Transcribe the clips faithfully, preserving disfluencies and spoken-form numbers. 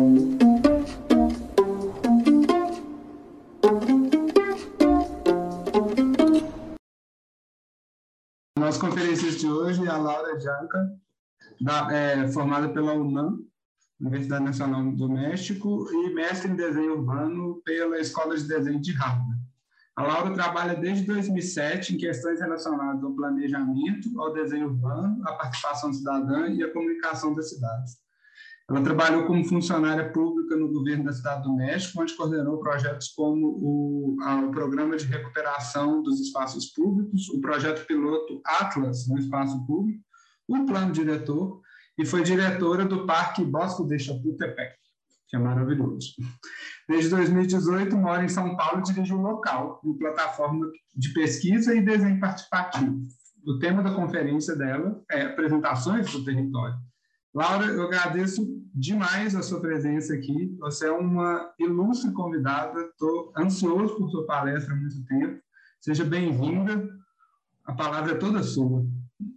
Nossa conferencista de hoje é a Laura Janca, da, é, formada pela UNAM, Universidade Nacional do México, e mestre em desenho urbano pela Escola de Desenho de Harvard. A Laura trabalha desde dois mil e sete em questões relacionadas ao planejamento, ao desenho urbano, à participação cidadã e à comunicação das cidades. Ela trabalhou como funcionária pública no governo da Cidade do México, onde coordenou projetos como o, a, o Programa de Recuperação dos Espaços Públicos, o projeto piloto Atlas no Espaço Público, o Plano Diretor, e foi diretora do Parque Bosque de Chapultepec, que é maravilhoso. Desde dois mil e dezoito, mora em São Paulo e dirige um local, uma plataforma de pesquisa e desenho participativo. O tema da conferência dela é apresentações do território. Laura, eu agradeço demais a sua presença aqui. Você é uma ilustre convidada. Estou ansioso por sua palestra há muito tempo. Seja bem-vinda. A palavra é toda sua.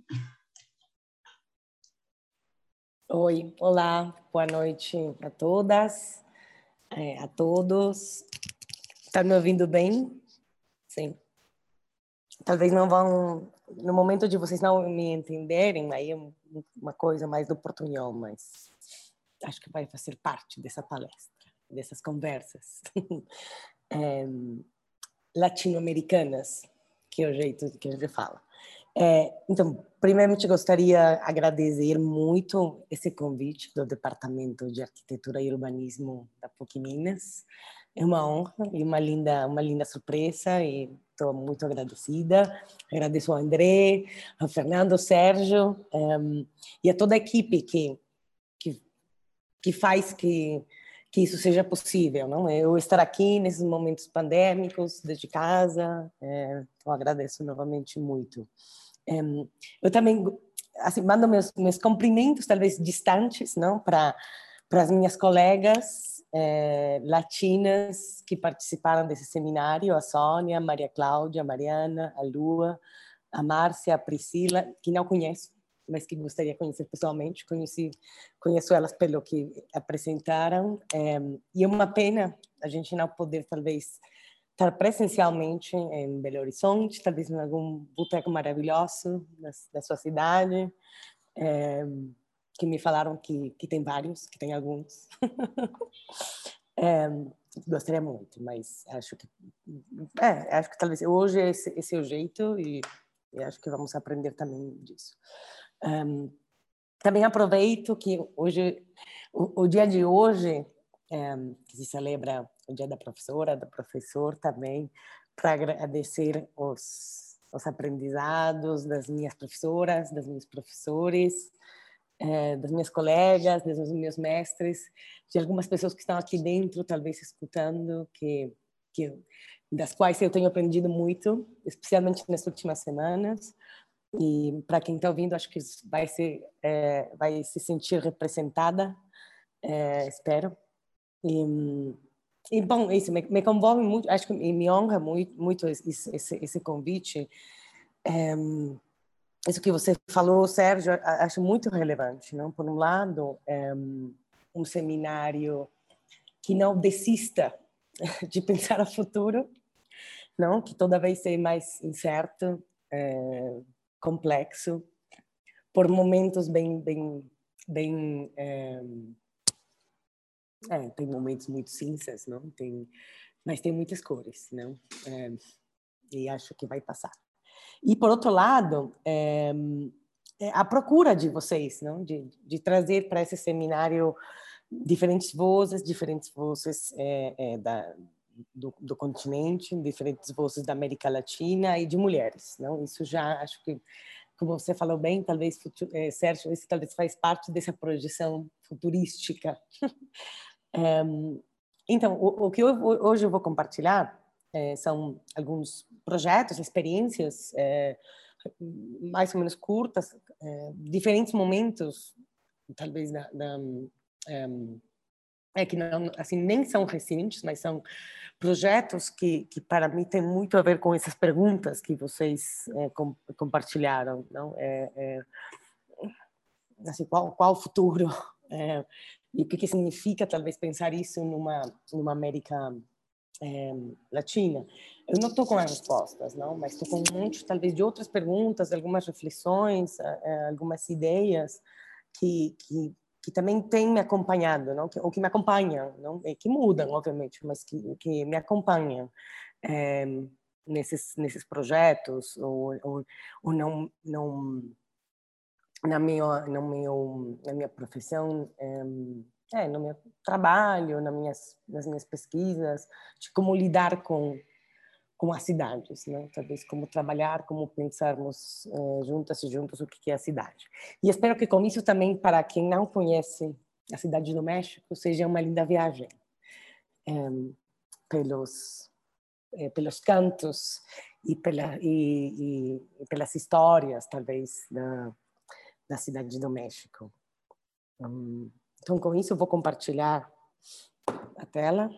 Oi, olá, boa noite a todas, é, a todos. Está me ouvindo bem? Sim. Talvez não vão, no momento de vocês não me entenderem, aí é uma coisa mais do portunhol, mas acho que vai fazer parte dessa palestra, dessas conversas é, latino-americanas, que é o jeito que a gente fala. É, então, primeiramente gostaria de agradecer muito esse convite do Departamento de Arquitetura e Urbanismo da PUC Minas. É uma honra e uma linda, uma linda surpresa e estou muito agradecida. Agradeço ao André, ao Fernando, ao Sérgio um, e a toda a equipe que, que, que faz que, que isso seja possível. Não? Eu estar aqui nesses momentos pandêmicos, desde casa, é, então agradeço novamente muito. Um, eu também assim, mando meus, meus cumprimentos, talvez distantes, não, para para as minhas colegas eh, latinas que participaram desse seminário, a Sônia, a Maria Cláudia, a Mariana, a Lua, a Márcia, a Priscila, que não conheço, mas que gostaria de conhecer pessoalmente. Conheci, conheço elas pelo que apresentaram. Eh, e é uma pena a gente não poder, talvez, estar presencialmente em Belo Horizonte, talvez em algum boteco maravilhoso da, da sua cidade, é, que me falaram que, que tem vários, que tem alguns. é, gostaria muito, mas acho que é, acho que talvez hoje esse, esse é o jeito e, e acho que vamos aprender também disso. Um, também aproveito que hoje, o, o dia de hoje, é, que se celebra o dia da professora, do professor também, para agradecer os, os aprendizados das minhas professoras, das minhas professores, é, das minhas colegas, dos meus mestres, de algumas pessoas que estão aqui dentro, talvez escutando, que, que, das quais eu tenho aprendido muito, especialmente nas últimas semanas. E para quem está ouvindo, acho que vai, ser, é, vai se sentir representada, é, espero. E, e bom, isso me, me conmove muito, acho que me honra muito, muito esse, esse, esse convite. É, isso que você falou, Sérgio, acho muito relevante, não? Por um lado, é, um seminário que não desista de pensar o futuro, não? Que toda vez é mais incerto, é, complexo, por momentos bem, bem, bem é, É, tem momentos muito cinzas, não? Tem, mas tem muitas cores, não? É, e acho que vai passar. E, por outro lado, é, é a procura de vocês, não? De, de trazer para esse seminário diferentes vozes, diferentes vozes é, é, da, do, do continente, diferentes vozes da América Latina e de mulheres, não? Isso já acho que, como você falou bem, talvez, é, Sérgio, isso talvez faz parte dessa projeção futurística. Um, então, o, o que eu, hoje eu vou compartilhar é, são alguns projetos, experiências é, mais ou menos curtas, é, diferentes momentos, talvez, da, da, um, é que não, assim, nem são recentes, mas são projetos que, que para mim tem muito a ver com essas perguntas que vocês é, com, compartilharam, não? É, é, assim, qual, qual o futuro? É, E o que, que significa, talvez, pensar isso numa, numa América é, Latina? Eu não estou com as respostas, não, mas estou com um monte, talvez, de outras perguntas, algumas reflexões, é, algumas ideias que, que, que também têm me acompanhado, não? Que, ou que me acompanham, não? E que mudam, obviamente, mas que, que me acompanham é, nesses, nesses projetos, ou, ou, ou não... não na minha, no meu, na minha profissão, é, é, no meu trabalho, nas minhas, nas minhas pesquisas, de como lidar com, com as cidades, né? Talvez como trabalhar, como pensarmos é, juntas e juntos o que é a cidade. E espero que com isso também, para quem não conhece a cidade do México, seja uma linda viagem é, pelos, é, pelos cantos e, pela, e, e, e pelas histórias, talvez, da da cidade do México. Então, com isso, eu vou compartilhar a tela.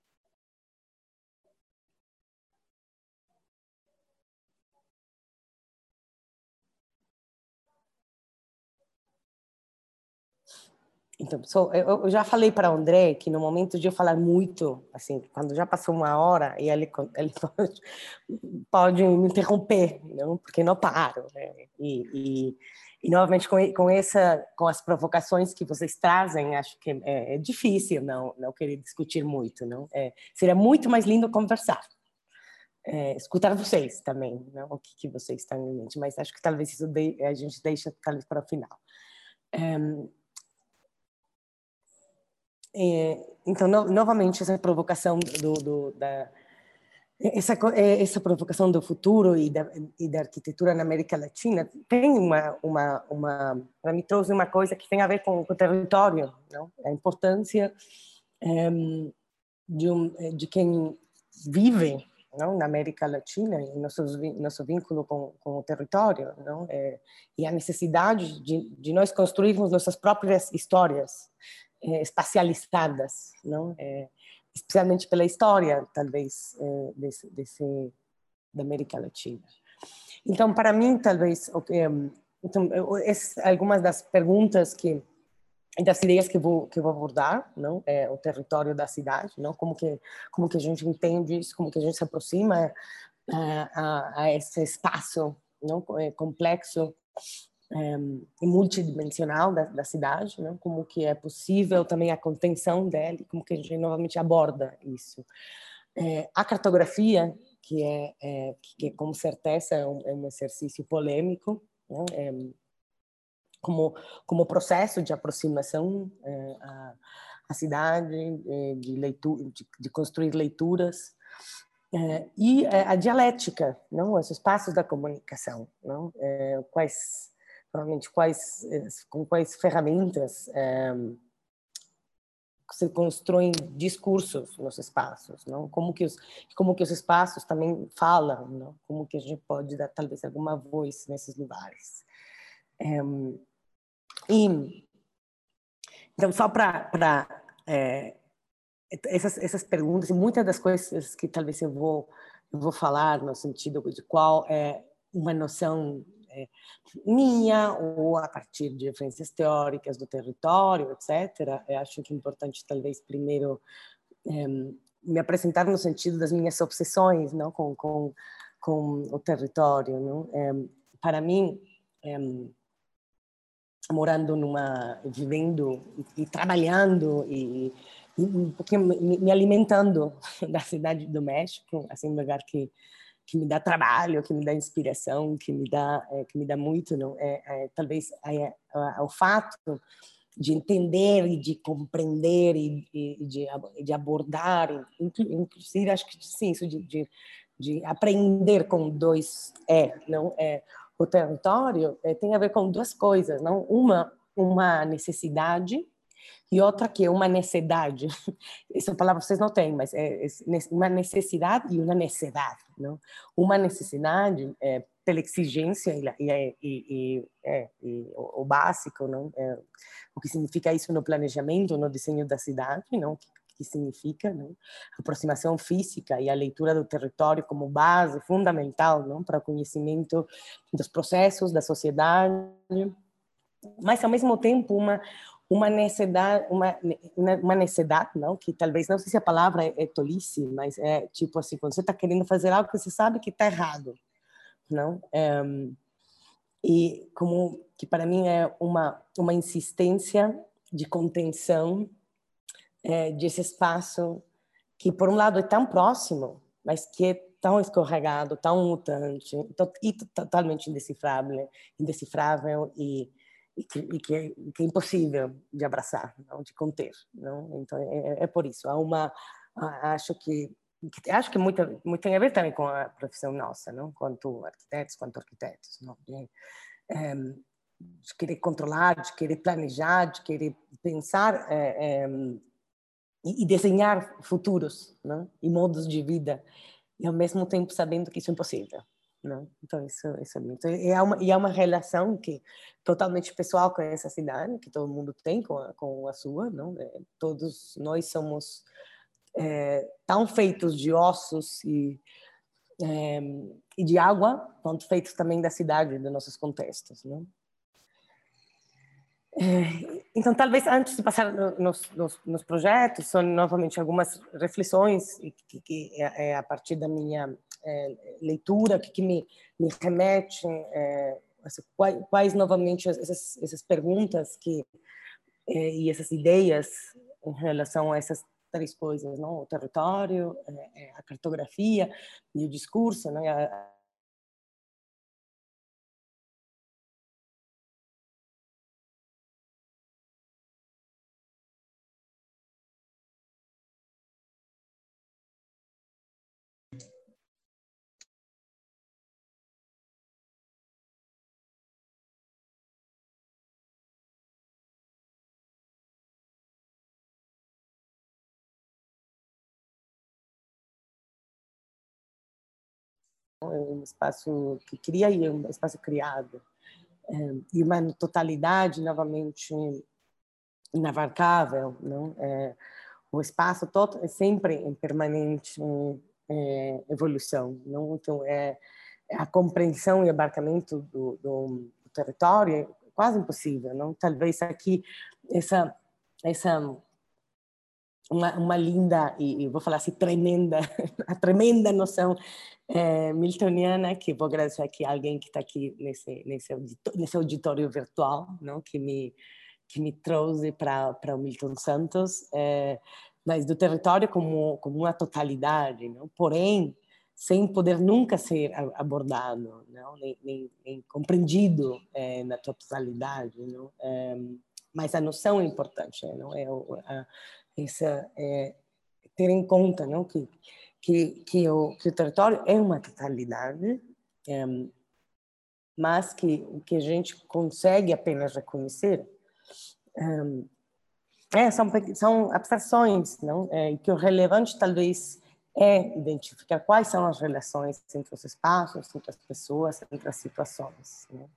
Então, so, eu, eu já falei para o André que no momento de eu falar muito, assim, quando já passou uma hora, e ele, ele pode, pode me interromper, não? Porque não paro. Né? E, e, e, novamente, com, com, essa, com as provocações que vocês trazem, acho que é, é difícil não, não querer discutir muito. Não? É, seria muito mais lindo conversar. É, escutar vocês também, não? O que, que vocês estão em mente, mas acho que talvez isso de, a gente deixa talvez para o final. Um, É, então, no, novamente, essa provocação do, do, da essa, essa provocação do futuro e da, e da arquitetura na América Latina tem uma, uma, uma para mim trouxe uma coisa que tem a ver com, com o território, não? A importância é, de, um, de quem vive, não, na América Latina e nosso nosso vínculo com, com o território, não, é, e a necessidade de, de nós construirmos nossas próprias histórias é, espacializadas, não, é, especialmente pela história, talvez, é, desse, desse da América Latina. Então, para mim, talvez, okay, então, esse, algumas das perguntas que das ideias que vou que vou abordar, não, é o território da cidade, não, como que como que a gente entende isso, como que a gente se aproxima a, a, a esse espaço, não, complexo é, e multidimensional da, da cidade, não, como que é possível também a contenção dele, como que a gente novamente aborda isso. É, a cartografia, que é, é que com certeza é um, é um exercício polêmico, não, é, como como processo de aproximação é, à, à cidade, é, de leitura, de, de construir leituras é, e é, a dialética, não, os espaços da comunicação, não, é, quais provavelmente quais com quais ferramentas é, se constroem discursos nos espaços, não, como que os como que os espaços também falam, não, como que a gente pode dar talvez alguma voz nesses lugares. É, E, então, só para é, essas, essas perguntas e muitas das coisas que talvez eu vou, eu vou falar no sentido de qual é uma noção é, minha ou a partir de referências teóricas do território, etcétera. Eu acho que é importante, talvez, primeiro é, me apresentar no sentido das minhas obsessões, não, com, com, com o território. Não? É, para mim, é, morando numa, vivendo e, e trabalhando e, e um pouquinho me, me alimentando da cidade do México, assim, um lugar que que me dá trabalho, que me dá inspiração, que me dá é, que me dá muito, não é, é talvez é, é, o fato de entender e de compreender e, e de, de abordar, inclusive acho que sim, isso de, de, de aprender com dois é, não é o território é, tem a ver com duas coisas, não? Uma, uma necessidade e outra que é uma necessidade. Essa palavra vocês não têm, mas é, é uma necessidade e uma necessidade, não? Uma necessidade é, pela exigência e, e, e, é, e o, o básico, não? É, o que significa isso no planejamento, no desenho da cidade, não? Que, que significa, não? A aproximação física e a leitura do território como base fundamental, não? Para o conhecimento dos processos da sociedade, mas ao mesmo tempo uma uma necessidade, uma, uma necessidade, não, que talvez, não sei se a palavra é, é tolice, mas é tipo assim, quando você está querendo fazer algo que você sabe que está errado, não? É, e como que para mim é uma, uma insistência de contenção é, desse espaço que, por um lado, é tão próximo, mas que é tão escorregado, tão mutante, e totalmente indecifrável, indecifrável e, e, que, e que, é, que é impossível de abraçar, não, de conter, não? Então é, é por isso. Há uma, acho que, que acho que muito, muito tem a ver também com a profissão nossa, não? Quanto arquitetos, quanto arquitetos, não? De, é, de querer controlar, de querer planejar, de querer pensar é, é, e desenhar futuros, não? E modos de vida, e ao mesmo tempo sabendo que isso é impossível, não? Então isso, isso é muito, e é uma, e é uma relação que totalmente pessoal com essa cidade, que todo mundo tem com a, com a sua, não? É, todos nós somos é, tão feitos de ossos e, é, e de água, quanto feitos também da cidade, dos nossos contextos, não? Então, talvez antes de passar nos, nos, nos projetos, são novamente algumas reflexões que, que é, é a partir da minha é, leitura que, que me, me remete é, quais, quais novamente essas, essas perguntas que é, e essas ideias em relação a essas três coisas, não? O território, é, a cartografia e o discurso, não? A, um espaço que cria e um espaço criado. É, e uma totalidade, novamente, inabarcável, não? É, o espaço todo é sempre em permanente é, evolução, não? Então, é, a compreensão e abarcamento do, do, do território é quase impossível, não? Talvez aqui essa, essa uma, uma linda e, e vou falar assim tremenda, a tremenda noção é, miltoniana, que vou agradecer aqui a alguém que está aqui nesse nesse auditório, nesse auditório virtual, não? Que me que me trouxe para para o Milton Santos, é, mas do território como como uma totalidade, não? Porém sem poder nunca ser abordado, não? Nem, nem, nem compreendido é, na totalidade, não? É, mas a noção é importante, não é? A, essa, é, ter em conta, não, que que que o, que o território é uma totalidade, é, mas que o que a gente consegue apenas reconhecer é, é, são são abstrações, não? É, que o relevante talvez é identificar quais são as relações entre os espaços, entre as pessoas, entre as situações, né?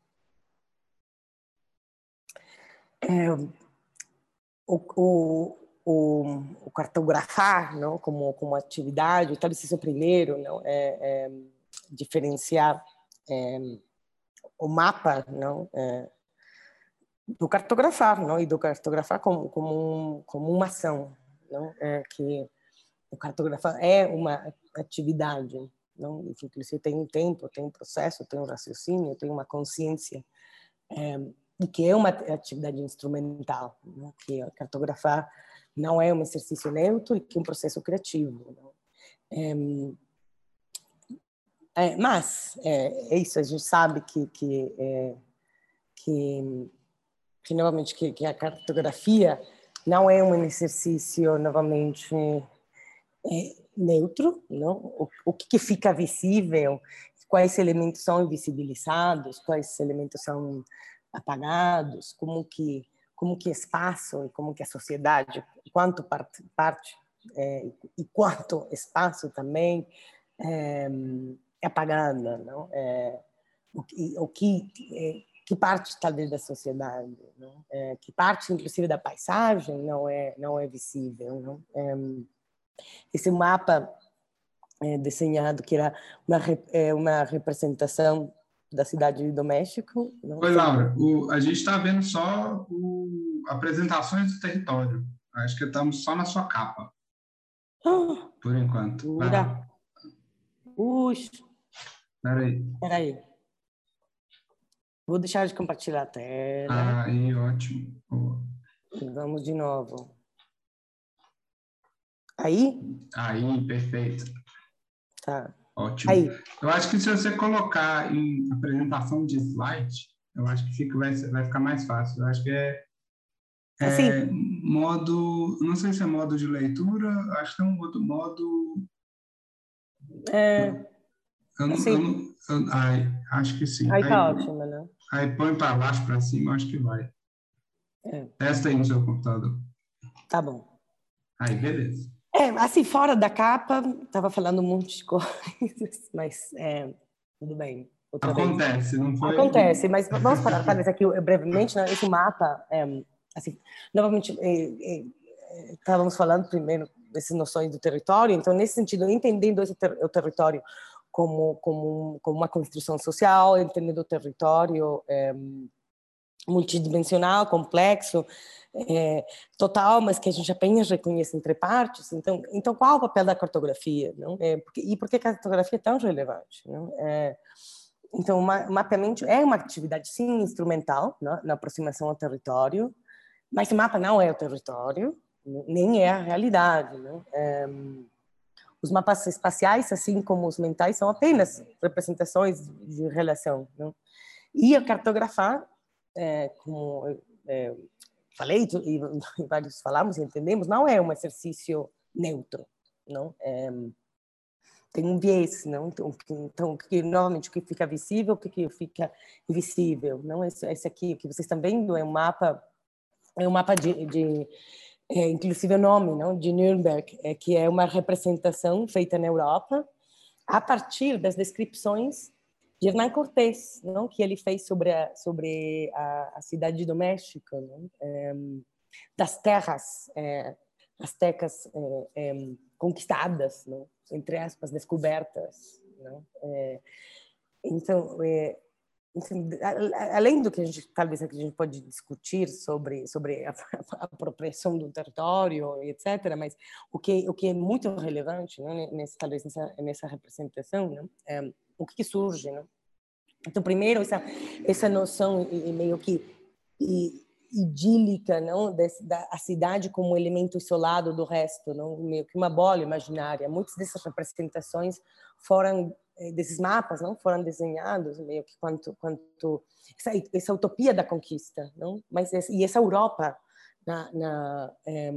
É, o, o O, o cartografar, não, como como atividade, talvez isso primeiro, não, é, é diferenciar é, o mapa, não, é, do cartografar, não, e do cartografar como como um, como uma ação, não, é que o cartografar é uma atividade, não, que inclusive tem um tempo, tem um processo, tem um raciocínio, tem uma consciência, é, e que é uma atividade instrumental, não, que cartografar não é um exercício neutro e que é um processo criativo. É, é, mas é, é isso, a gente sabe que que é, que, que novamente que, que a cartografia não é um exercício novamente é, neutro, não? O, o que, que fica visível, quais elementos são invisibilizados, quais elementos são apagados, como que como que espaço e como que a sociedade, quanto parte, parte é, e quanto espaço também é, é apagada, não? É, o que, o que, é, que parte talvez da sociedade, não? É, que parte inclusive da paisagem não é não é visível, não? É, esse mapa é, desenhado que era uma é, uma representação da cidade do México. Não? Oi, Laura. O, a gente está vendo só o, apresentações do território. Acho que estamos só na sua capa, Ah, por enquanto. Vai dura. lá. Puxa, Espera aí. peraí. Vou deixar de compartilhar a tela. Aí, ótimo. Boa. Vamos de novo. Aí? Aí, perfeito. Tá. Ótimo. Aí. Eu acho que se você colocar em apresentação de slide, eu acho que fica, vai, vai ficar mais fácil. Eu acho que é, é Assim? modo, não sei se é modo de leitura, acho que tem um outro modo. É, Eu não, eu assim. não, eu, ai, acho que sim. Aí tá Aí, ótimo, né? aí põe para baixo, para cima, acho que vai. É, Testa aí no seu computador. tá bom. Aí, beleza. É, assim, fora da capa, tava falando um monte de coisas, mas é, tudo bem. Outra vez. Acontece, não foi? Acontece, mas vamos parar talvez aqui brevemente, né? Esse mapa, é, assim, novamente, é, é, é, estávamos falando primeiro dessas noções do território, então nesse sentido, entendendo esse ter, o território como como como uma construção social, entendendo o território é, multidimensional, complexo, é, total, mas que a gente apenas reconhece entre partes. Então, então qual é o papel da cartografia? Não? É, porque, e por que a cartografia é tão relevante? Não? É, então, o mapeamento é uma atividade, sim, instrumental, né, na aproximação ao território, mas o mapa não é o território, nem é a realidade. Né? É, os mapas espaciais, assim como os mentais, são apenas representações de relação. Né? E a cartografar, é, como é, falei, e vários falamos e entendemos, não é um exercício neutro. Não? É, tem um viés, não? Então, então que, novamente, o que fica visível, o que fica invisível, não? Esse, esse aqui, o que vocês estão vendo é um mapa, é um mapa de, de é, inclusive o nome, não? De Nuremberg, é, que é uma representação feita na Europa a partir das descrições de Hernán Cortés, não? Que ele fez sobre a, sobre a, a cidade do México, não? É, das terras é, astecas é, é, conquistadas, não? Entre aspas, descobertas. Não? É, então, é, enfim, além do que a gente talvez a gente pode discutir sobre sobre a, a apropriação do território, etcétera, mas o que o que é muito relevante, né, nessa talvez nessa, nessa representação, né, é, o que surge, né? Então, primeiro essa essa noção meio que e, idílica, não, Desse, da a cidade como um elemento isolado do resto, não, meio que uma bola imaginária. Muitas dessas representações foram desses mapas, não, foram desenhados meio que quanto quanto essa, essa utopia da conquista, não, mas essa, e essa Europa na, na é,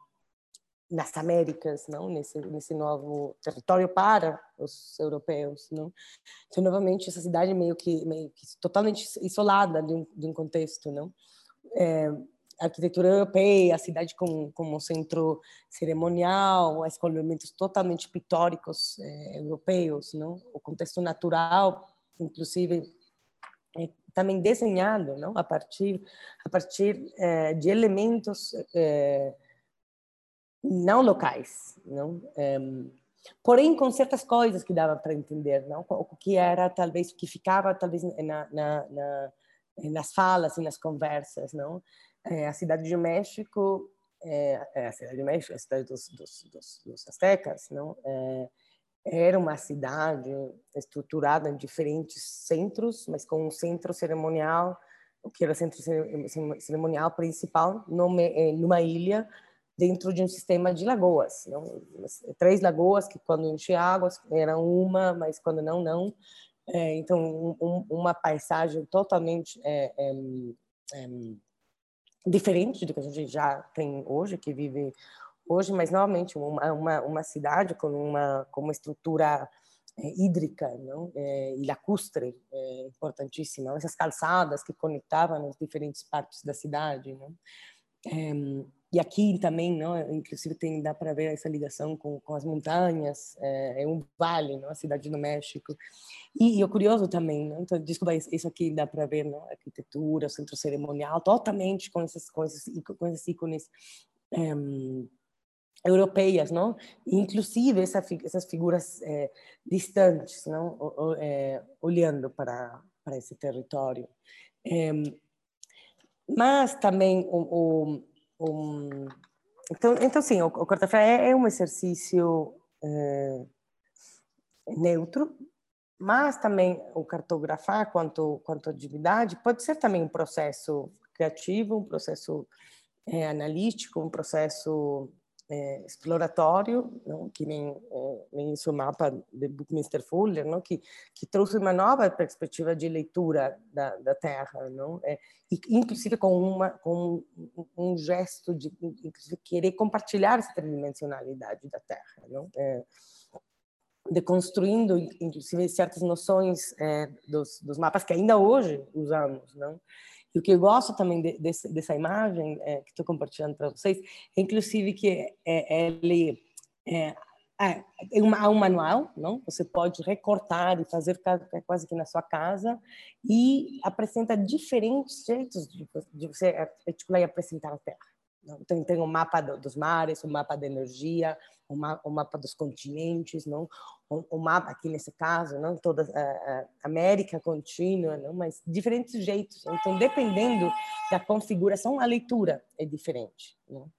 nas Américas, não, nesse nesse novo território para os europeus, não. Então, novamente, essa cidade meio que meio que totalmente isolada de um, de um contexto, não. É, a arquitetura europeia, a cidade como, como centro cerimonial, com elementos totalmente pitóricos é, europeus, não? O contexto natural, inclusive, é também desenhado, não? A partir a partir é, de elementos é, não locais, não? É, porém com certas coisas que dava para entender, não? O que era talvez o que ficava talvez na, na, na nas falas e nas conversas, não? É, a cidade de México, é, é a cidade de México, a cidade dos, dos, dos, dos astecas, não? É, era uma cidade estruturada em diferentes centros, mas com um centro cerimonial, o que era o centro cerimonial principal, numa, numa ilha dentro de um sistema de lagoas, não? Três lagoas que quando enchia água era uma, mas quando não, não. É, então, um, um, uma paisagem totalmente é, é, é, diferente do que a gente já tem hoje, que vive hoje, mas, novamente, uma, uma, uma cidade com uma, com uma estrutura é, hídrica, não? É, e lacustre, é, importantíssima. Essas calçadas que conectavam as diferentes partes da cidade, não? É, e aqui também, não, inclusive tem dá para ver essa ligação com, com as montanhas, é, é um vale, não, a cidade do México. E, e o curioso também, não, então, desculpa, isso aqui dá para ver, não, a arquitetura, o centro cerimonial, totalmente com esses com esses, com esses ícones é, europeias, não? E, inclusive essa, essas figuras é, distantes, não, o, o, é, olhando para para esse território. É, mas também o, o, o então, então sim, o, o cartografia é, é um exercício é, neutro, mas também o cartografar quanto quanto atividade pode ser também um processo criativo, um processo é, analítico, um processo é, exploratório, não? Que nem, é, nem isso mapa de Buckminster Fuller, não? Que, que trouxe uma nova perspectiva de leitura da, da Terra, não? É, e, inclusive com, uma, com um, um gesto de inclusive, querer compartilhar essa tridimensionalidade da Terra, não? É, deconstruindo, inclusive, certas noções é, dos, dos mapas que ainda hoje usamos, não? E o que eu gosto também de, desse, dessa imagem é, que estou compartilhando para vocês, é, inclusive, que é, é, ele é, é uma, há um manual, não? Você pode recortar e fazer quase que na sua casa e apresenta diferentes jeitos de, de você articular e apresentar a Terra. Não? Então, tem o mapa do, dos mares, o mapa da energia, o, ma, o mapa dos continentes, não? O, o mapa, aqui nesse caso, não toda a, a América contínua, não? Mas diferentes jeitos. Então, dependendo da configuração, a leitura é diferente. Não?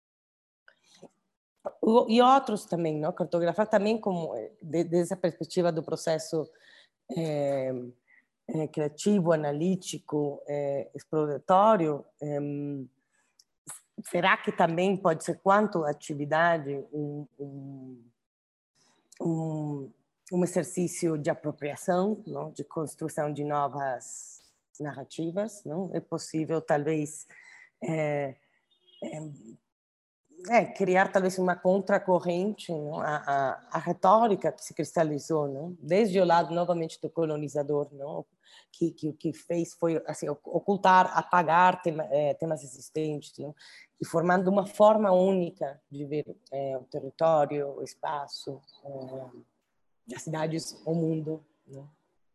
O, e outros também, não? Cartografar também como de, dessa perspectiva do processo é, é, criativo, analítico, é, exploratório. É, será que também pode ser, quanto atividade, um, um, um, um exercício de apropriação, não? De construção de novas narrativas? Não? É possível, talvez, é, é, é, criar talvez uma contracorrente, não? A, a, a retórica que se cristalizou, não? Desde o lado, novamente, do colonizador, não? Que, que o que fez foi assim, ocultar, apagar tema, é, temas existentes, não? E formando uma forma única de ver é, o território, o espaço, é, as cidades, o mundo. Não?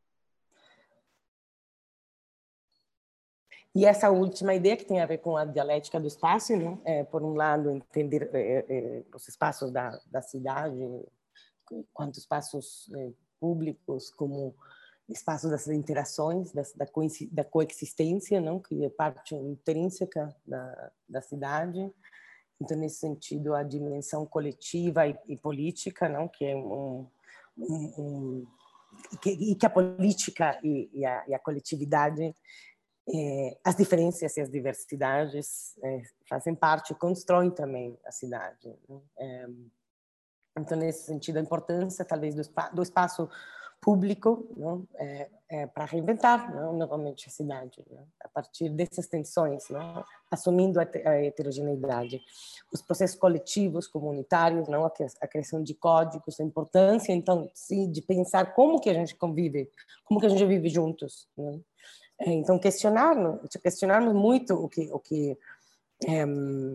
E essa última ideia que tem a ver com a dialética do espaço, não? É, por um lado, entender é, é, os espaços da, da cidade, quanto espaços é, públicos, como espaço das interações, das, da, co da coexistência, não? Que é parte intrínseca da, da cidade. Então, nesse sentido, a dimensão coletiva e, e política, não? Que é um, um, um que, e que a política e, e, a, e a coletividade, é, as diferenças e as diversidades é, fazem parte, constroem também a cidade. Não? É, então, nesse sentido, a importância, talvez, do, do espaço público, não? É, é, para reinventar, não? Novamente a cidade, não? A partir dessas tensões, não? Assumindo a, a heterogeneidade. Os processos coletivos, comunitários, não? A, a criação de códigos, a importância, então, sim, de pensar como que a gente convive, como que a gente vive juntos. Não? É, então, questionarmos, questionarmos muito o que... O que é,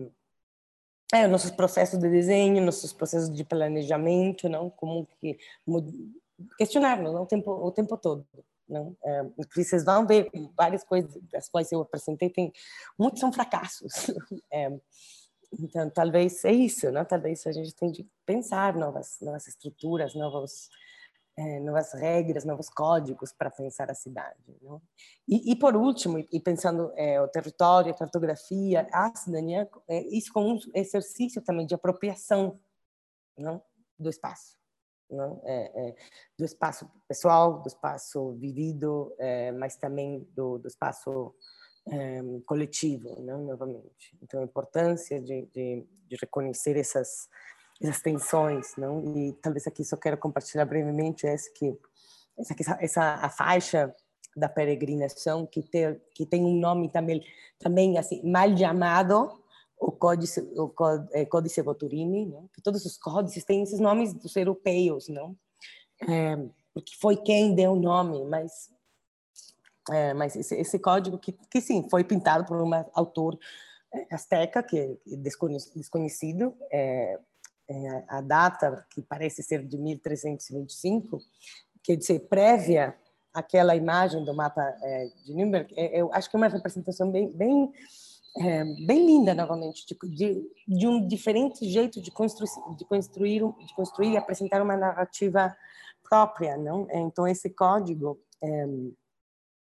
É, nossos processos de desenho, nossos processos de planejamento, não? Como que questionar-nos o tempo o tempo todo, não? É, vocês vão ver várias coisas das quais eu apresentei, tem muitos são fracassos. É, então talvez é isso, não? Talvez a gente tem de pensar novas novas estruturas, novos é, novas regras, novos códigos para pensar a cidade, não? E, e por último, e pensando é, o território, a cartografia, a cidadania, é, isso como um exercício também de apropriação, não? Do espaço, não? É, é, do espaço pessoal, do espaço vivido, é, mas também do, do espaço é, coletivo, não? Novamente. Então, a importância de, de, de reconhecer essas essas tensões, não? E talvez aqui só quero compartilhar brevemente essa que essa, essa a faixa da peregrinação que tem que tem um nome também também assim mal chamado, o códice o códice Boturini, não? Que todos os códices têm esses nomes dos europeus, não? É, porque foi quem deu o nome, mas é, mas esse, esse código que que sim foi pintado por um autor asteca que é desconhecido, é, é, a data, que parece ser de mil trezentos e vinte e cinco, quer dizer, prévia àquela imagem do mapa é, de Nuremberg, é, eu acho que é uma representação bem, bem, é, bem linda, novamente, de, de, de um diferente jeito de construir, de, construir, de construir e apresentar uma narrativa própria, não? Então, esse código... É,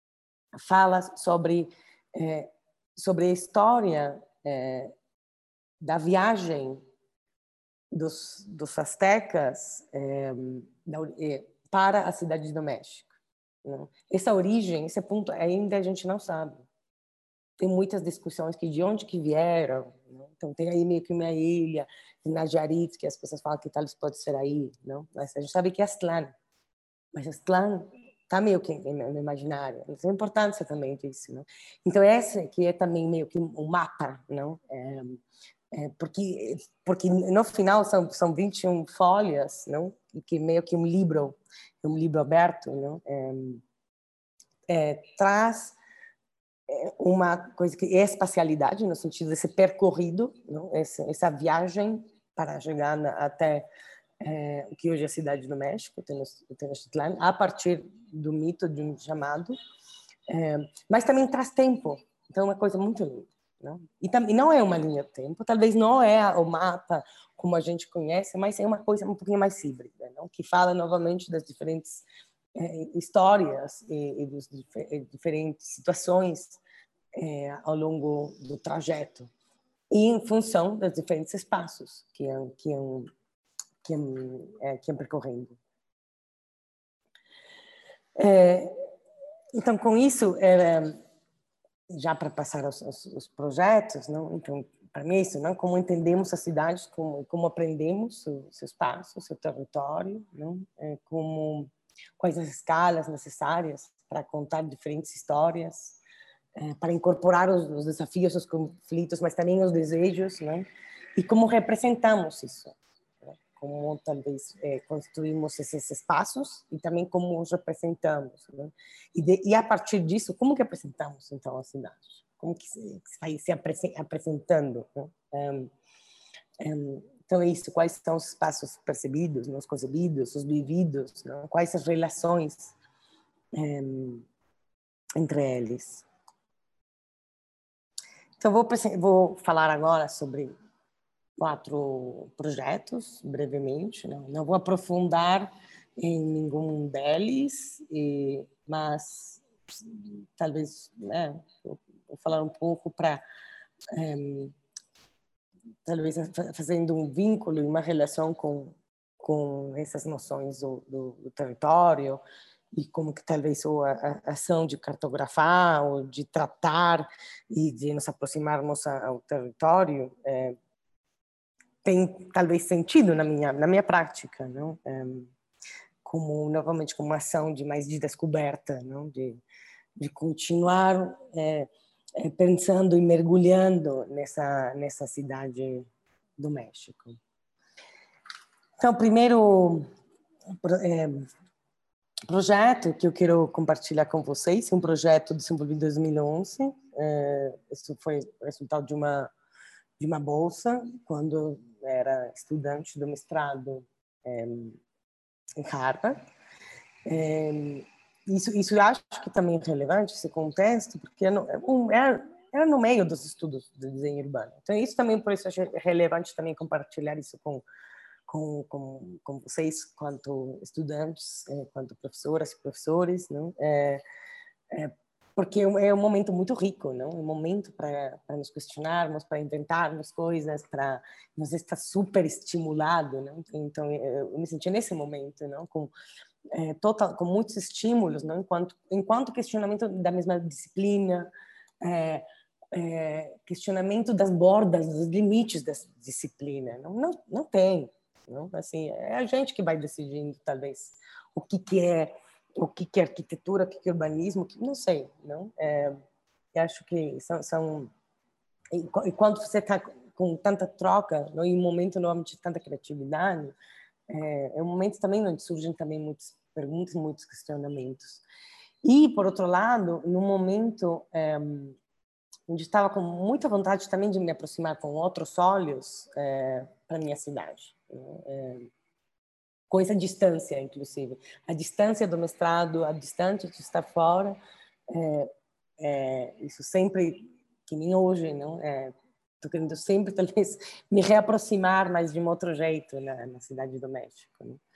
fala sobre, é, sobre a história é, da viagem dos, dos astecas é, da, é, para a cidade do México. Né? Essa origem, esse ponto, ainda a gente não sabe. Tem muitas discussões que de onde que vieram. Né? Então, tem aí meio que uma ilha, Nayarit, que as pessoas falam que talvez pode ser aí. Não? Mas a gente sabe que é Aztlán. Mas Aztlán está meio que no imaginário. Isso é a importância também disso. Não? Então, esse que é também meio que um mapa. Não? É, é, porque, porque no final são, são vinte e uma folhas, não? E que meio que um livro, um livro aberto, não? É, é, traz uma coisa que é espacialidade, no sentido de ser percorrido, não? Essa, essa viagem para chegar na, até é, o que hoje é a cidade do México, Tenochtitlan, a partir do mito de um chamado, é, mas também traz tempo, então é uma coisa muito linda. Não? E, tam, e não é uma linha de tempo, talvez não é o mapa como a gente conhece, mas é uma coisa um pouquinho mais híbrida, não? Que fala novamente das diferentes é, histórias e, e das diferentes situações é, ao longo do trajeto, e em função dos diferentes espaços que é, que é, que é, que é percorrendo. É, então, com isso, é, já para passar aos, aos, aos projetos, não? Então, para mim, isso, não? Como entendemos a cidade, como, como aprendemos o seu espaço, o seu território, não? É, como, quais as escalas necessárias para contar diferentes histórias, é, para incorporar os, os desafios, os conflitos, mas também os desejos, não? E como representamos isso, né? Como talvez é, construímos esses espaços e também como os representamos, né? E, de, e a partir disso, como que apresentamos então a cidade? Como que se, que se vai se apresentando, né? Um, um, então é isso, quais são os espaços percebidos, os concebidos, os vividos, né? Quais as relações um, entre eles. Então vou, vou falar agora sobre quatro projetos, brevemente, não, não vou aprofundar em nenhum deles, e, mas talvez, né, vou falar um pouco para é, talvez fazendo um vínculo e uma relação com com essas noções do, do, do território e como que talvez a, a ação de cartografar ou de tratar e de nos aproximarmos ao território é, tem talvez sentido na minha na minha prática, não? É, como novamente como uma ação de mais de descoberta, não? De de continuar é, é, pensando e mergulhando nessa nessa cidade do México. Então, o primeiro é, projeto que eu quero compartilhar com vocês é um projeto desenvolvido em dois mil e onze. É, isso foi resultado de uma de uma bolsa quando era estudante do mestrado é, em Harvard. É, isso, isso eu acho que também é relevante, esse contexto, porque era, era, era no meio dos estudos de desenho urbano. Então, isso também, por isso, é relevante também compartilhar isso com, com, com, com vocês, quanto estudantes, é, quanto professoras e professores, não? É, é, porque é um momento muito rico, não? É um momento para nos questionarmos, para inventarmos coisas, para nos estar super estimulado, não? Então eu me senti nesse momento, não? Com é, total, com muitos estímulos, não? Enquanto enquanto questionamento da mesma disciplina, é, é, questionamento das bordas, dos limites dessa disciplina, não? Não, não tem, não? Assim, é a gente que vai decidindo, talvez, o que que é o que que é arquitetura, o que que é urbanismo, não sei, não? É, eu acho que são, são e quando você está com tanta troca, não? Em um momento normalmente de tanta criatividade, é, é um momento também onde surgem também muitas perguntas, muitos questionamentos. E por outro lado, no momento é, onde estava com muita vontade também de me aproximar com outros olhos é, para minha cidade. É, com essa distância, inclusive. A distância do mestrado, a distância de estar fora, é, é, isso sempre, que nem hoje, não? Estou é, querendo sempre, talvez, me reaproximar, mas de um outro jeito na, na cidade do México. Né?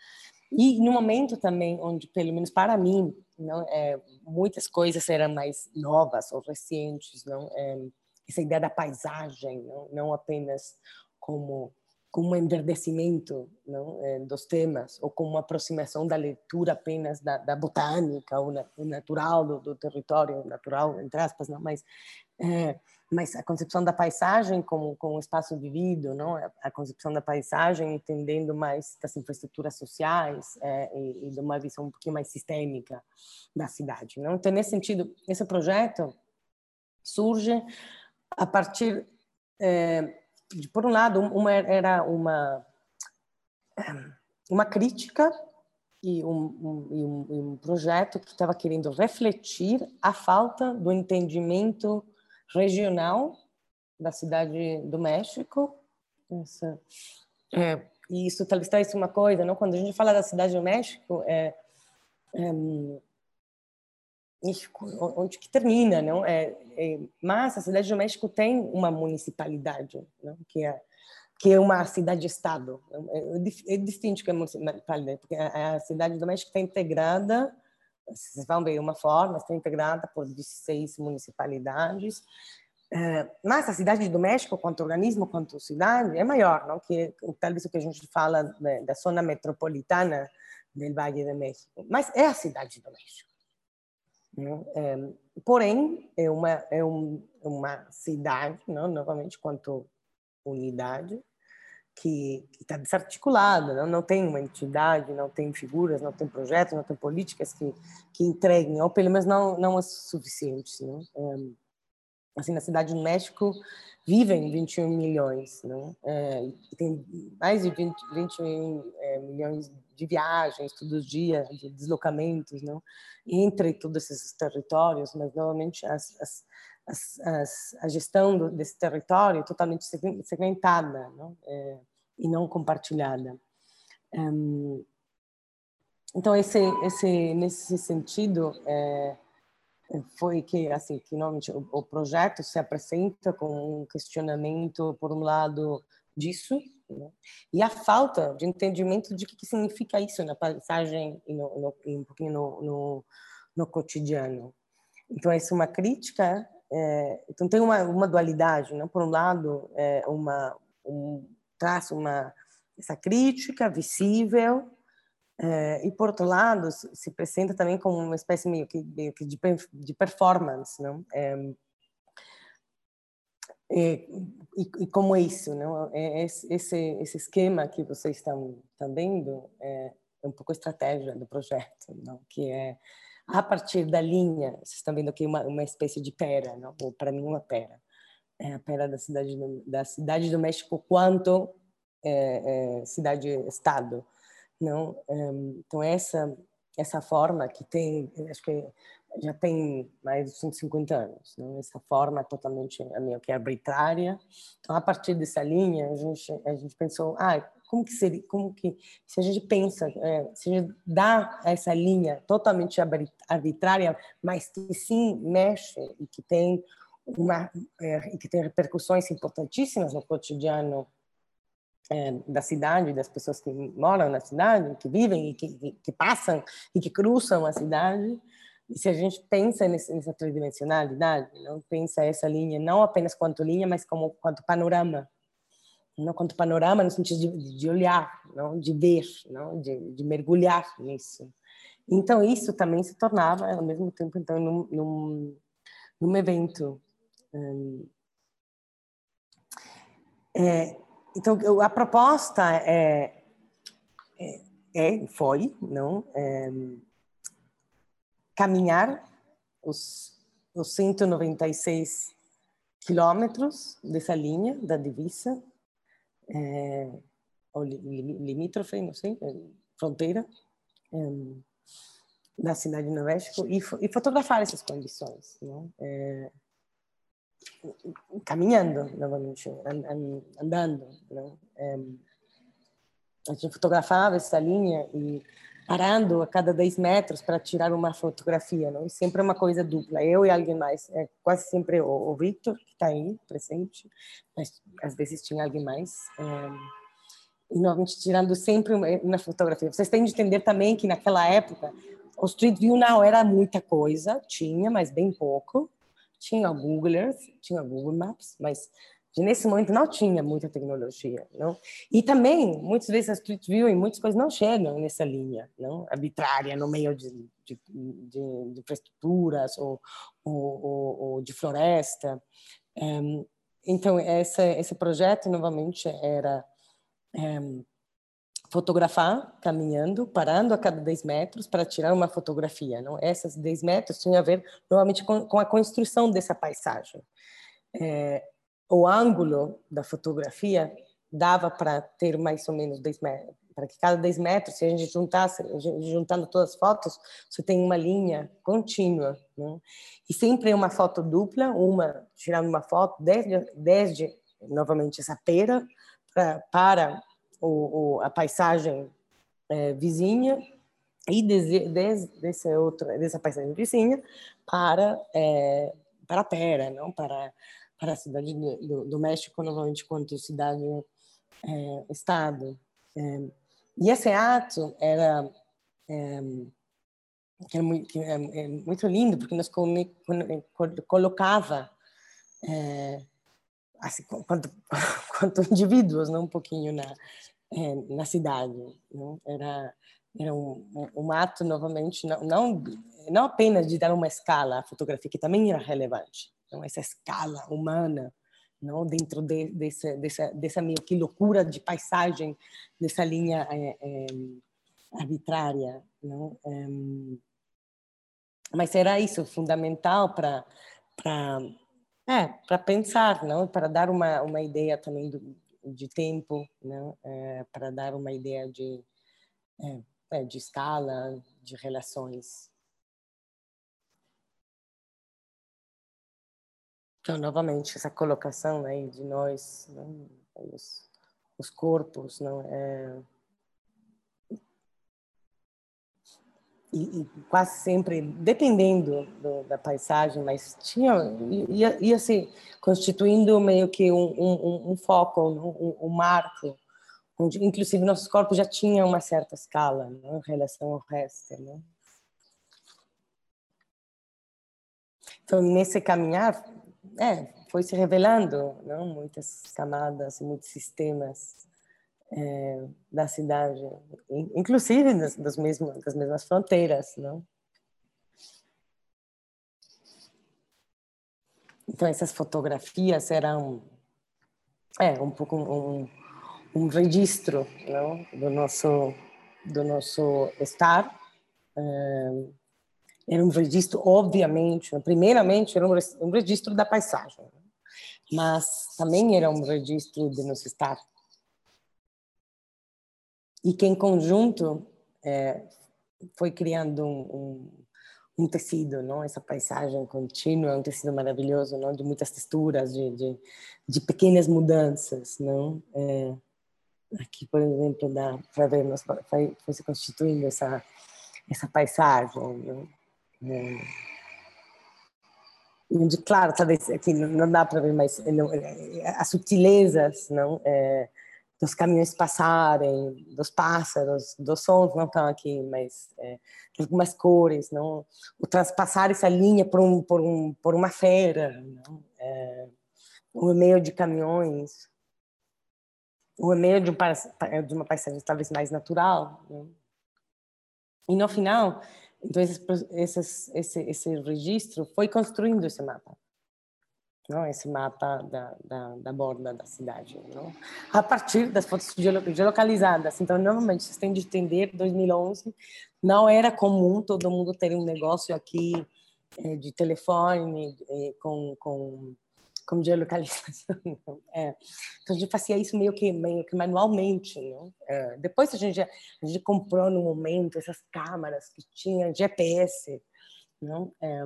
E no momento também onde, pelo menos para mim, não é, muitas coisas eram mais novas ou recentes, não é, essa ideia da paisagem, não, não apenas como como um enverdecimento, não é, dos temas, ou como uma aproximação da leitura apenas da, da botânica, ou na, o natural do, do território, natural, entre aspas, não, mas é, mas a concepção da paisagem como, como um espaço vivido, não? A concepção da paisagem entendendo mais das infraestruturas sociais é, e, e de uma visão um pouquinho mais sistêmica da cidade. Não? Então, nesse sentido, esse projeto surge a partir, é, de, por um lado, uma, era uma, uma crítica e um, um, e um, um projeto que estava querendo refletir a falta do entendimento regional da cidade do México. Essa, é, e isso talvez traz uma coisa, não? Quando a gente fala da cidade do México, é, é onde que termina, não? É, é, mas a cidade do México tem uma municipalidade, não? Que é que é uma cidade-estado. É, é distinto que é municipalidade, porque a, a cidade do México está integrada, vocês vão ver uma forma, está integrada por dezesseis municipalidades. Uh, mas a cidade do México, quanto organismo, quanto cidade, é maior, não? Que talvez o que a gente fala da, da zona metropolitana do Vale do México. Mas é a cidade do México. Não? É, porém, é uma, é um, uma cidade, não? Novamente, quanto unidade, que está desarticulada, não? Não tem uma entidade, não tem figuras, não tem projetos, não tem políticas que, que entreguem, ou pelo menos não, não é suficiente. Não? É, assim, na cidade do México vivem vinte e um milhões, não? É, tem mais de vinte, vinte e um é, milhões de viagens todos os dias, de deslocamentos, não? Entre todos esses territórios, mas normalmente as, as, as, as, a gestão do, desse território é totalmente segmentada, não? É, e não compartilhada. Um, então esse, esse, nesse sentido, é, foi que assim que normalmente o, o projeto se apresenta com um questionamento por um lado disso, né? E a falta de entendimento de que, que significa isso na paisagem e, no, no, e um pouquinho no, no, no cotidiano. Então essa é uma crítica, é, então tem uma, uma dualidade, não? Por um lado é uma um traço uma essa crítica visível. É, e, por outro lado, se apresenta também como uma espécie meio que, meio que de, de performance, não? É, é, e, e como isso, não? É, esse, esse esquema que vocês estão, estão vendo é, é um pouco a estratégia do projeto, não? Que é, a partir da linha, vocês estão vendo aqui uma, uma espécie de pera, não? Ou, para mim, uma pera. É a pera da cidade do, da cidade do México quanto é, é, cidade-estado. Não, então essa essa forma que tem, acho que já tem mais de cento e cinquenta anos, não? Essa forma totalmente meio que arbitrária. Então a partir dessa linha a gente a gente pensou, ah, como que seria, como que se a gente pensa, é, se a gente dá essa linha totalmente arbitrária, mas que sim mexe e que tem uma é, e que tem repercussões importantíssimas no cotidiano É, da cidade, das pessoas que moram na cidade, que vivem e que, que, que passam e que cruzam a cidade. E se a gente pensa nesse, nessa tridimensionalidade, não pensa essa linha não apenas quanto linha, mas como quanto panorama, não quanto panorama no sentido de, de olhar, não, de ver, não, de, de mergulhar nisso. Então isso também se tornava ao mesmo tempo então num, num, num evento. Hum, é, Então, a proposta é, é, é foi, não, é, caminhar os, os cento e noventa e seis quilômetros dessa linha da divisa, é, ou limítrofe, não sei, fronteira, é, da cidade do México, e, e fotografar essas condições, não? É, caminhando, novamente, andando, não? É, a gente fotografava essa linha e parando a cada dez metros para tirar uma fotografia, não? E sempre é uma coisa dupla, eu e alguém mais, é quase sempre o, o Victor, que está aí, presente, mas às vezes tinha alguém mais. É, e novamente tirando sempre uma, uma fotografia. Vocês têm de entender também que naquela época o Street View não era muita coisa, tinha, mas bem pouco. Tinha o Google Earth, tinha o Google Maps, mas nesse momento não tinha muita tecnologia, não? E também, muitas vezes, a Street View e muitas coisas não chegam nessa linha, não? Arbitrária, no meio de, de, de, de infraestruturas ou, ou, ou, ou de floresta. Um, então, essa, esse projeto, novamente, era um, fotografar caminhando, parando a cada dez metros para tirar uma fotografia. Não? Essas dez metros tinham a ver, normalmente, com, com a construção dessa paisagem. É, o ângulo da fotografia dava para ter mais ou menos dez metros, para que cada dez metros, se a gente juntasse, juntando todas as fotos, você tem uma linha contínua. Né? E sempre uma foto dupla, uma tirando uma foto desde, desde novamente, essa pera pra, para o, o, a paisagem é, vizinha e desde, desde desse outro, dessa paisagem vizinha para, é, para a pera, não para para a cidade do, do México, novamente, quanto cidade, é, estado. É, e esse ato era, é, que era muito, que é, é muito lindo, porque nós come, colocava, é, assim, quanto, quanto indivíduos, não, um pouquinho na, é, na cidade. Não? Era, era um, um, um ato, novamente, não, não, não apenas de dar uma escala à fotografia, que também era relevante. Então, essa escala humana, não, dentro de, dessa, dessa, dessa meio que loucura de paisagem, dessa linha é, é, arbitrária. Não? É, mas era isso, fundamental para é, para pensar, não? Para dar uma, uma ideia também do, de tempo, não? É, para dar uma ideia de, é, é, de escala, de relações. Então, novamente, essa colocação aí de nós, não? Os, os corpos, não é, e, e quase sempre, dependendo do, da paisagem, mas tinha ia, ia se constituindo meio que um, um, um foco, um, um marco, onde, inclusive, nossos corpos já tinham uma certa escala, né, em relação ao resto. Né? Então, nesse caminhar, é, foi se revelando, não? Muitas camadas, muitos sistemas é, da cidade, inclusive das, das, mesmas, das mesmas fronteiras. Não? Então, essas fotografias eram é, um pouco um, um registro, não? do nosso do nosso estar. É, era um registro, obviamente, primeiramente era um registro da paisagem, mas também era um registro de nosso estar. E que, em conjunto, é, foi criando um, um, um tecido, não? Essa paisagem contínua, um tecido maravilhoso, não? De muitas texturas, de, de, de pequenas mudanças, não? É, aqui, por exemplo, dá para ver, nós, foi, foi se constituindo essa, essa paisagem, não? É, onde, claro, talvez aqui não dá para ver, mas não, as sutilezas, não? É, dos caminhões passarem, dos pássaros, dos sons não estão aqui, mas é, algumas cores, não? O transpassar essa linha por um por um por uma feira, não? É, o meio de caminhões, o meio de, um, de uma paisagem talvez mais natural, não? E no final, então esse, esse esse esse registro foi construindo esse mapa. Não, esse mapa da, da, da borda da cidade, não? A partir das fotos geolocalizadas. Então, normalmente, vocês têm de entender, dois mil e onze, não era comum todo mundo ter um negócio aqui é, de telefone é, com, com, com geolocalização. É. Então, a gente fazia isso meio que, meio que manualmente. Não? É, depois, a gente, a gente comprou, no momento, essas câmaras que tinham G P S, não? É,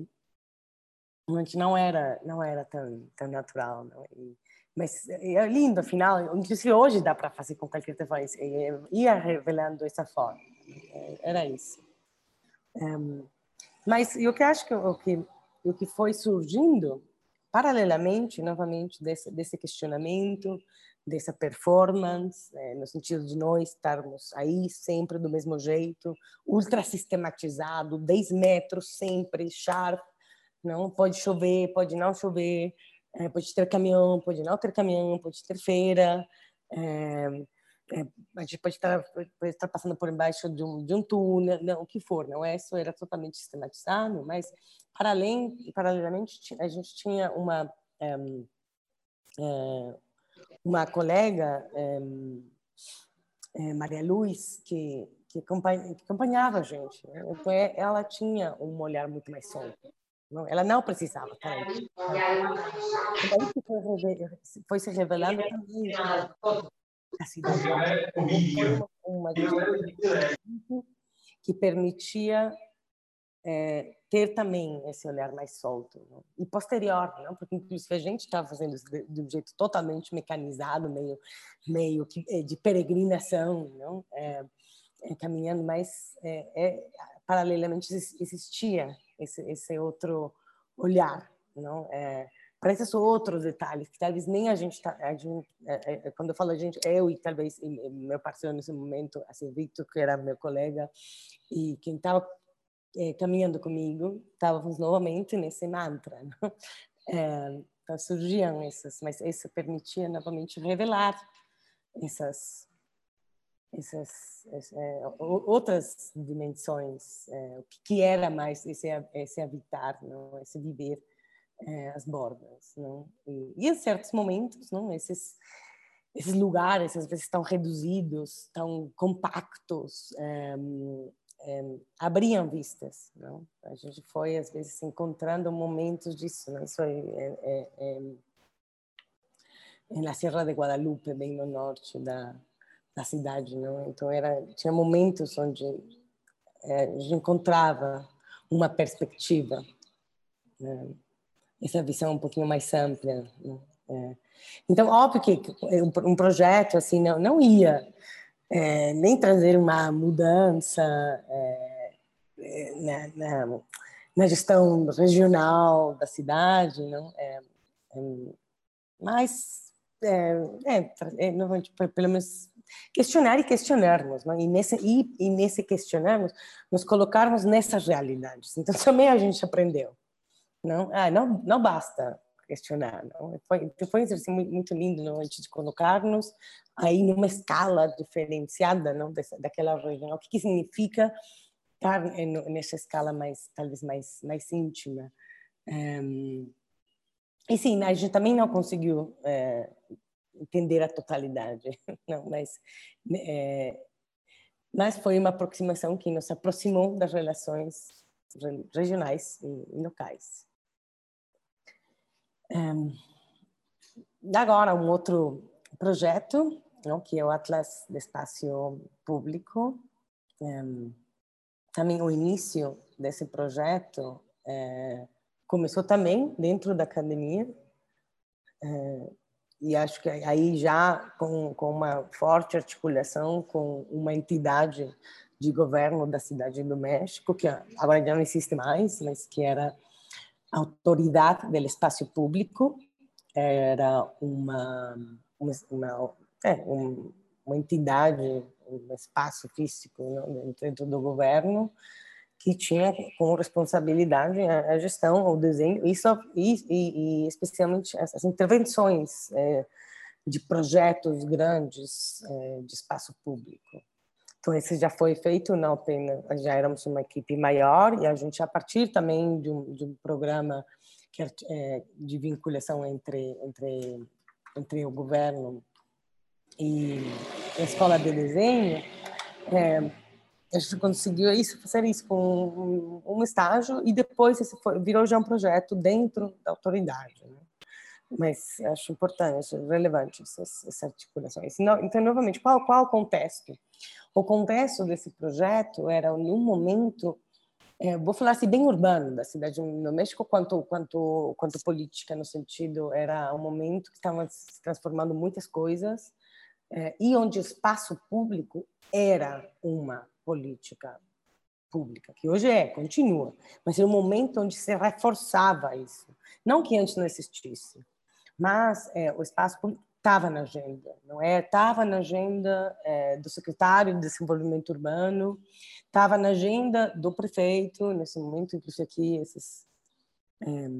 não era não era tão tão natural, não? E, mas é lindo, afinal, inclusive hoje dá para fazer com qualquer telefone, ia revelando essa forma, era isso. Um, mas eu que acho que o que o que foi surgindo paralelamente, novamente, desse desse questionamento, dessa performance, é, no sentido de nós estarmos aí sempre do mesmo jeito, ultra sistematizado, dez metros sempre, sharp, não pode chover, pode não chover, é, pode ter caminhão, pode não ter caminhão, pode ter feira, é, é, a gente pode estar, pode estar passando por embaixo de um, de um túnel, não, o que for, não é? Isso era totalmente sistematizado, mas para além, paralelamente a gente tinha uma é, é, uma colega, é, é, Maria Luz, que, que, acompanha, que acompanhava a gente, né? Então ela tinha um olhar muito mais solto. Não, ela não precisava estar aí. Foi, foi se revelando também a cidade foi uma, uma que permitia é, ter também esse olhar mais solto, não? E posterior, não? Porque inclusive a gente estava fazendo isso de, de um jeito totalmente mecanizado, meio, meio que de peregrinação, não? É, é, caminhando, mas é, é, paralelamente existia esse, esse outro olhar, não? É, para esses outros detalhes que talvez nem a gente, tá, a gente é, é, quando eu falo a gente, eu e talvez e meu parceiro nesse momento, assim, Victor, que era meu colega e quem estava é, caminhando comigo, estávamos novamente nesse mantra, não? É, então surgiam essas, mas isso permitia novamente revelar essas essas é, outras dimensões, é, o que era mais esse, esse habitar, não? Esse viver é, as bordas, não? E, e em certos momentos, não? Esses esses lugares às vezes tão reduzidos, tão compactos, é, é, abriam vistas, não? A gente foi às vezes encontrando momentos disso, não? Isso é, é, é, é na Serra de Guadalupe, bem no norte da da cidade, não? Então era tinha momentos onde é, a gente encontrava uma perspectiva, né? Essa visão um pouquinho mais ampla, né? É. Então óbvio que um projeto assim não não ia é, nem trazer uma mudança é, na, na, na gestão regional da cidade, não? É, é, mas é, é, é, pelo menos questionar e questionarmos, não? E nesse e, e nesse questionarmos nos colocarmos nessas realidades. Então também a gente aprendeu, não? Ah, não, não basta questionar, não? Foi, foi um exercício muito, muito lindo, não? A gente de colocar-nos aí numa escala diferenciada, não? Dessa, daquela região. O que, que significa estar nessa escala mais talvez mais mais íntima? Um, e sim, a gente também não conseguiu é, entender a totalidade, não, mas é, mas foi uma aproximação que nos aproximou das relações regionais e locais. Um, agora um outro projeto, não, que é o Atlas de Espaço Público. Um, também o início desse projeto é, começou também dentro da academia. É, e acho que aí já com, com uma forte articulação com uma entidade de governo da cidade do México, que agora já não existe mais, mas que era a Autoridade do Espaço Público, era uma, uma, uma, é, um, uma entidade, um espaço físico, não, dentro do governo, que tinha como responsabilidade a gestão, o desenho, isso, e, e, e especialmente as intervenções é, de projetos grandes é, de espaço público. Então, esse já foi feito, não apenas, já éramos uma equipe maior, e a gente, a partir também de um, de um programa que é, de vinculação entre, entre, entre o governo e a escola de desenho, é, a gente conseguiu isso, fazer isso com um, um estágio e depois esse foi, virou já um projeto dentro da autoridade, né? Mas acho importante, acho relevante essas, essas articulações. Então, novamente, qual, qual o contexto? O contexto desse projeto era num momento, é, vou falar assim, bem urbano da cidade do México, quanto, quanto, quanto política, no sentido, era um momento que estavam se transformando muitas coisas, é, e onde o espaço público era uma política pública, que hoje é, continua, mas era um momento onde se reforçava isso. Não que antes não existisse, mas é, o espaço público estava na agenda, não é? Estava na agenda é, do secretário de Desenvolvimento Urbano, estava na agenda do prefeito, nesse momento, inclusive aqui, esses é,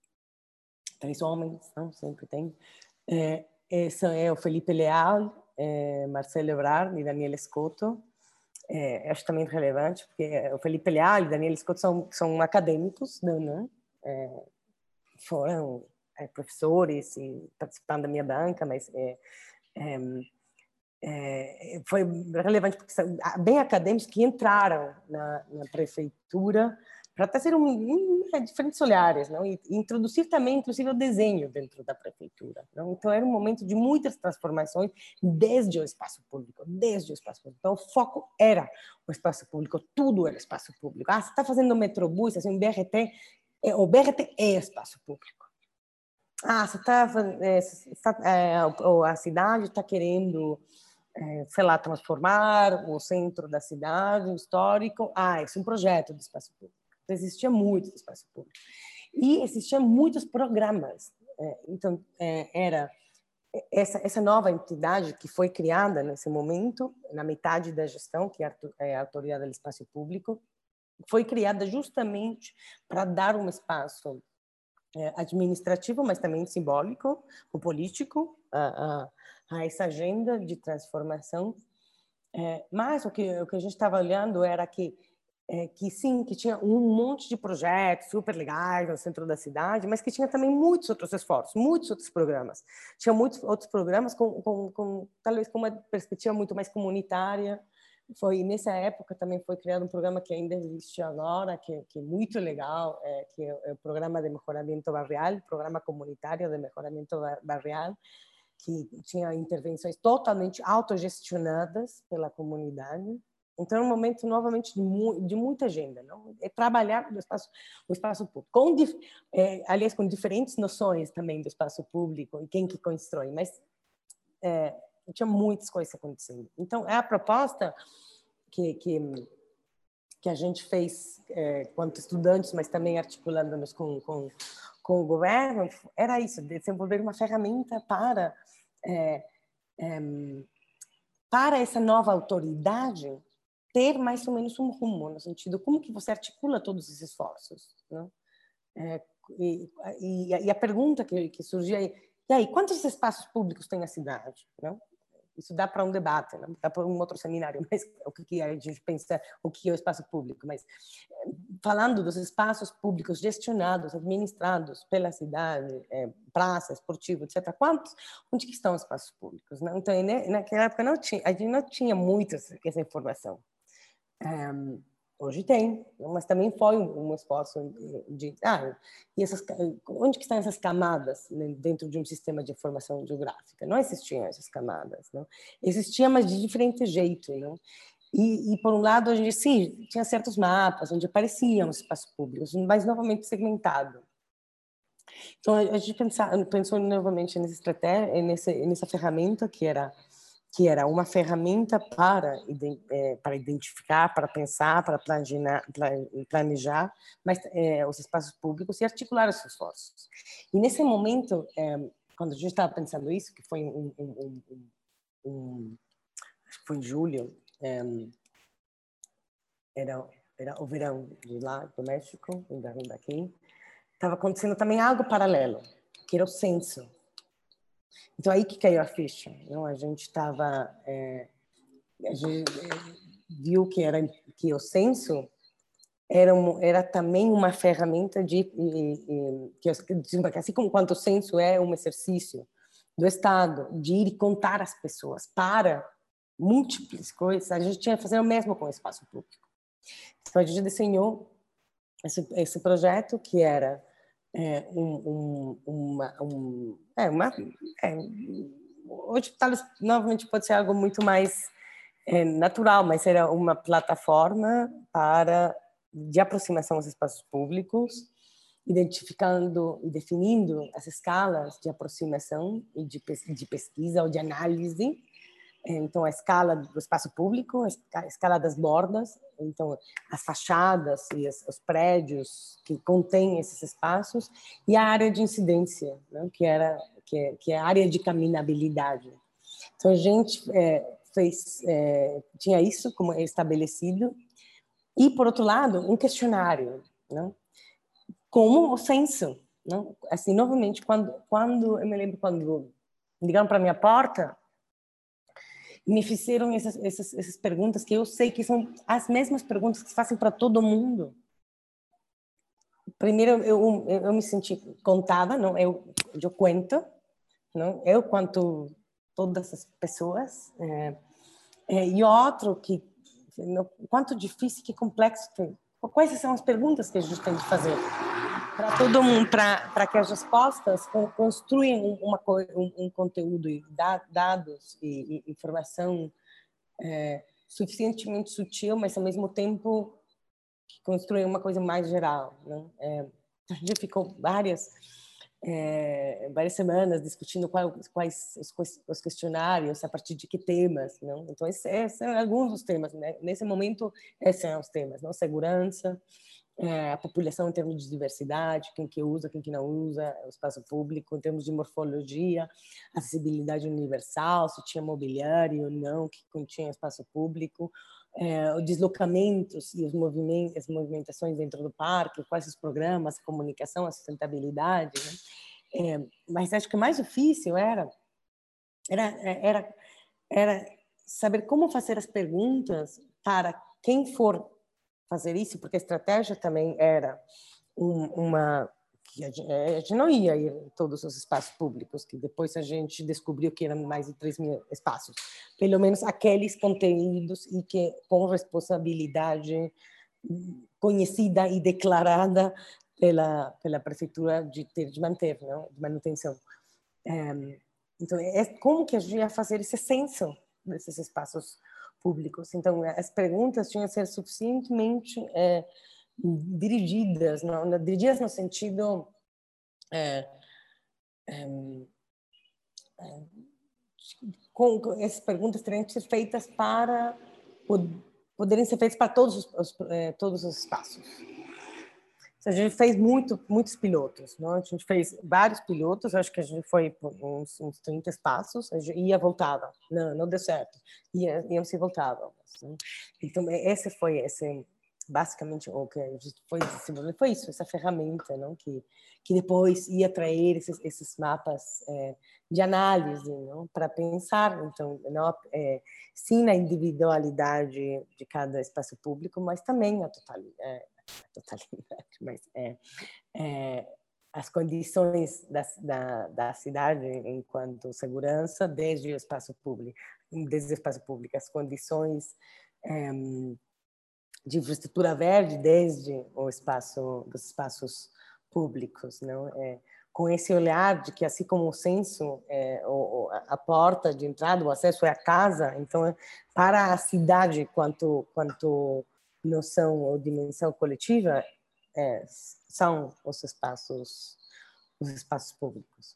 três homens, não? Sempre tem. É, esse é o Felipe Leal, é, Marcelo Ebrard e Daniel Escoto. É, acho também relevante, porque o Felipe Leal e Daniel Escoto são, são acadêmicos, né? É, foram é, professores e participando da minha banca, mas é, é, é, foi relevante porque são bem acadêmicos que entraram na, na prefeitura para trazer um, um, é, diferentes olhares, não? E introduzir também, inclusive, o desenho dentro da prefeitura. Não? Então, era um momento de muitas transformações desde o espaço público, desde o espaço público. Então, o foco era o espaço público, tudo era espaço público. Ah, você está fazendo metrobus, assim, um B R T, é, o B R T é espaço público. Ah, você está, é, é, a cidade está querendo, é, sei lá, transformar o centro da cidade, o histórico. Ah, esse é um projeto de espaço público. Então, existia muito espaço público. E existiam muitos programas. É, então, é, era essa, essa nova entidade que foi criada nesse momento, na metade da gestão, que é a Autoridade do Espaço Público, foi criada justamente para dar um espaço administrativo, mas também simbólico, ou político, a, a, a essa agenda de transformação. É, mas o que, o que a gente estava olhando era que, é, que sim, que tinha um monte de projetos super legais no centro da cidade, mas que tinha também muitos outros esforços, muitos outros programas. Tinha muitos outros programas com, com, com talvez com uma perspectiva muito mais comunitária. Foi nessa época também foi criado um programa que ainda existe agora, que, que é muito legal, é, que é o Programa de Melhoramento Barrial, Programa Comunitário de Melhoramento Barrial, que tinha intervenções totalmente autogestionadas pela comunidade. Então, é um momento, novamente, de, mu de muita agenda. Não? É trabalhar o espaço, o espaço público, com, é, aliás, com diferentes noções também do espaço público e quem que constrói, mas é, tinha muitas coisas acontecendo. Então, a proposta que, que, que a gente fez, é, quanto estudantes, mas também articulando-nos com, com, com o governo, era isso, desenvolver uma ferramenta para, é, é, para essa nova autoridade ter mais ou menos um rumo, no sentido, como que você articula todos esses esforços, não? É, e, e, e a pergunta que, que surgia aí, e aí, quantos espaços públicos tem a cidade, não? Isso dá para um debate, não? Dá para um outro seminário, mas o que a gente pensa, o que é o espaço público, mas falando dos espaços públicos gestionados, administrados pela cidade, é, praça, esportivo, etcétera, quantos, onde que estão os espaços públicos? Não? Então, naquela época não tinha, a gente não tinha muito essa informação. Um, hoje tem, mas também foi um, um esforço de, ah, e essas, onde que estão essas camadas, né, dentro de um sistema de informação geográfica? Não existiam essas camadas, não? Existia, mas de diferente jeito, não? E, e por um lado a gente sim tinha certos mapas onde apareciam os espaços públicos, mas novamente segmentado. Então a gente pensava, pensou novamente nessa estratégia, nessa, nessa ferramenta que era que era uma ferramenta para, é, para identificar, para pensar, para planejar, planejar mas, é, os espaços públicos e articular os esforços. E nesse momento, é, quando a gente estava pensando isso, que foi um, um, um, um, um acho que foi em julho, é, era, era o verão de lá, do México, o verão daqui, estava acontecendo também algo paralelo, que era o censo. Então, aí que caiu a ficha. Não? A gente estava... É, a gente viu que, era, que o censo era, um, era também uma ferramenta de... Que, assim como quanto o censo é um exercício do Estado, de ir e contar as pessoas para múltiplas coisas, a gente tinha que fazer o mesmo com o espaço público. Então, a gente desenhou esse, esse projeto que era... É, um, um, uma, um, é, uma é, hoje talvez novamente pode ser algo muito mais é, natural, mas era uma plataforma para de aproximação aos espaços públicos, identificando e definindo as escalas de aproximação e de, de pesquisa ou de análise. Então, a escala do espaço público, a escala das bordas, então, as fachadas e as, os prédios que contêm esses espaços, e a área de incidência, né, que era que é, que é a área de caminhabilidade. Então, a gente é, fez, é, tinha isso como estabelecido, e, por outro lado, um questionário, né? Como o censo. Né? Assim, novamente, quando, quando eu me lembro quando ligaram para a minha porta, me fizeram essas, essas, essas perguntas que eu sei que são as mesmas perguntas que se fazem para todo mundo. Primeiro, eu, eu, eu me senti contada, não? Eu, eu conto, não? Eu quanto todas as pessoas. É, é, e outro, que não, quanto difícil, que complexo tem. Quais são as perguntas que a gente tem de fazer para todo mundo, para que as respostas construam uma, um, um conteúdo, e dados e, e informação é, suficientemente sutil, mas ao mesmo tempo que construa uma coisa mais geral. Né? É, a gente ficou várias é, várias semanas discutindo qual, quais os, os questionários, a partir de que temas. Não? Então, esses, esses são alguns dos temas. Né? Nesse momento, esses são os temas. Não? Segurança, é, a população em termos de diversidade, quem que usa, quem que não usa, o espaço público, em termos de morfologia, acessibilidade universal, se tinha mobiliário ou não, que continha espaço público, é, os deslocamentos e os movimentos, as movimentações dentro do parque, quais os programas, a comunicação, a sustentabilidade. Né? É, mas acho que o mais difícil era, era, era, era saber como fazer as perguntas para quem for fazer isso, porque a estratégia também era um, uma... que a gente, a gente não ia ir em todos os espaços públicos, que depois a gente descobriu que eram mais de três mil espaços. Pelo menos aqueles conteúdos e que com responsabilidade conhecida e declarada pela, pela prefeitura de ter de manter, não? De manutenção. É, então, é como que a gente ia fazer esse censo desses espaços públicos? Então, as perguntas tinham que ser suficientemente é, dirigidas, não? Dirigidas no sentido é, é, é, com, com, essas perguntas teriam que ser feitas para poderem ser feitas para todos os, os é, todos os espaços. A gente fez muito, muitos pilotos, não? A gente fez vários pilotos, acho que a gente foi por uns, uns trinta espaços, a gente ia e voltava, não, não deu certo, ia, íamos e voltávamos. Né? Então, esse foi, esse, basicamente, o que a gente foi desenvolvendo, foi isso, essa ferramenta, não? Que, que depois ia trazer esses, esses mapas é, de análise, não? Para pensar, então, não, é, sim na individualidade de cada espaço público, mas também a totalidade. É, totalidade, mas é, é, as condições da, da, da cidade enquanto segurança, desde o espaço público, desde o espaço público, as condições é, de infraestrutura verde, desde o espaço dos espaços públicos, não é? Com esse olhar de que, assim como o censo, é, o, a porta de entrada, o acesso é a casa, então, para a cidade, quanto quanto noção ou dimensão coletiva, é, são os espaços, os espaços públicos.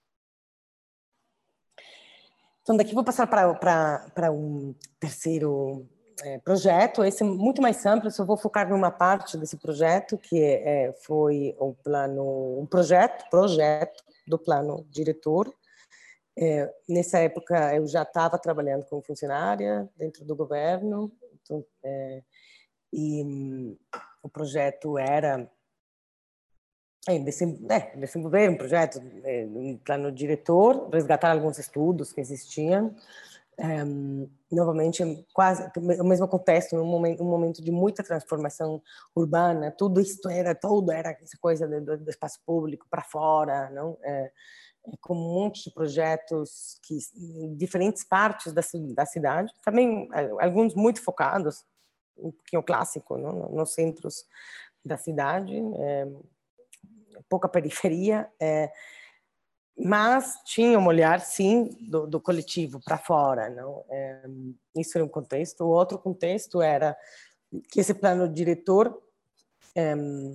Então, daqui vou passar para, para, para um terceiro é, projeto. Esse é muito mais amplo, só vou focar numa parte desse projeto, que é, foi um plano, um projeto, projeto do plano diretor. É, nessa época, eu já estava trabalhando como funcionária dentro do governo, então, é, e hum, o projeto era é, desenvolver um projeto, é, um plano diretor, resgatar alguns estudos que existiam, um, novamente quase o mesmo contexto, um momento, um momento de muita transformação urbana, tudo isto era, tudo era essa coisa do, do espaço público para fora, não? É, com um monte de projetos que em diferentes partes da, da cidade, também alguns muito focados, um pouquinho clássico, não? Nos centros da cidade, é, pouca periferia, é, mas tinha um olhar, sim, do, do coletivo para fora. Não? É, isso era um contexto. O outro contexto era que esse plano diretor, é,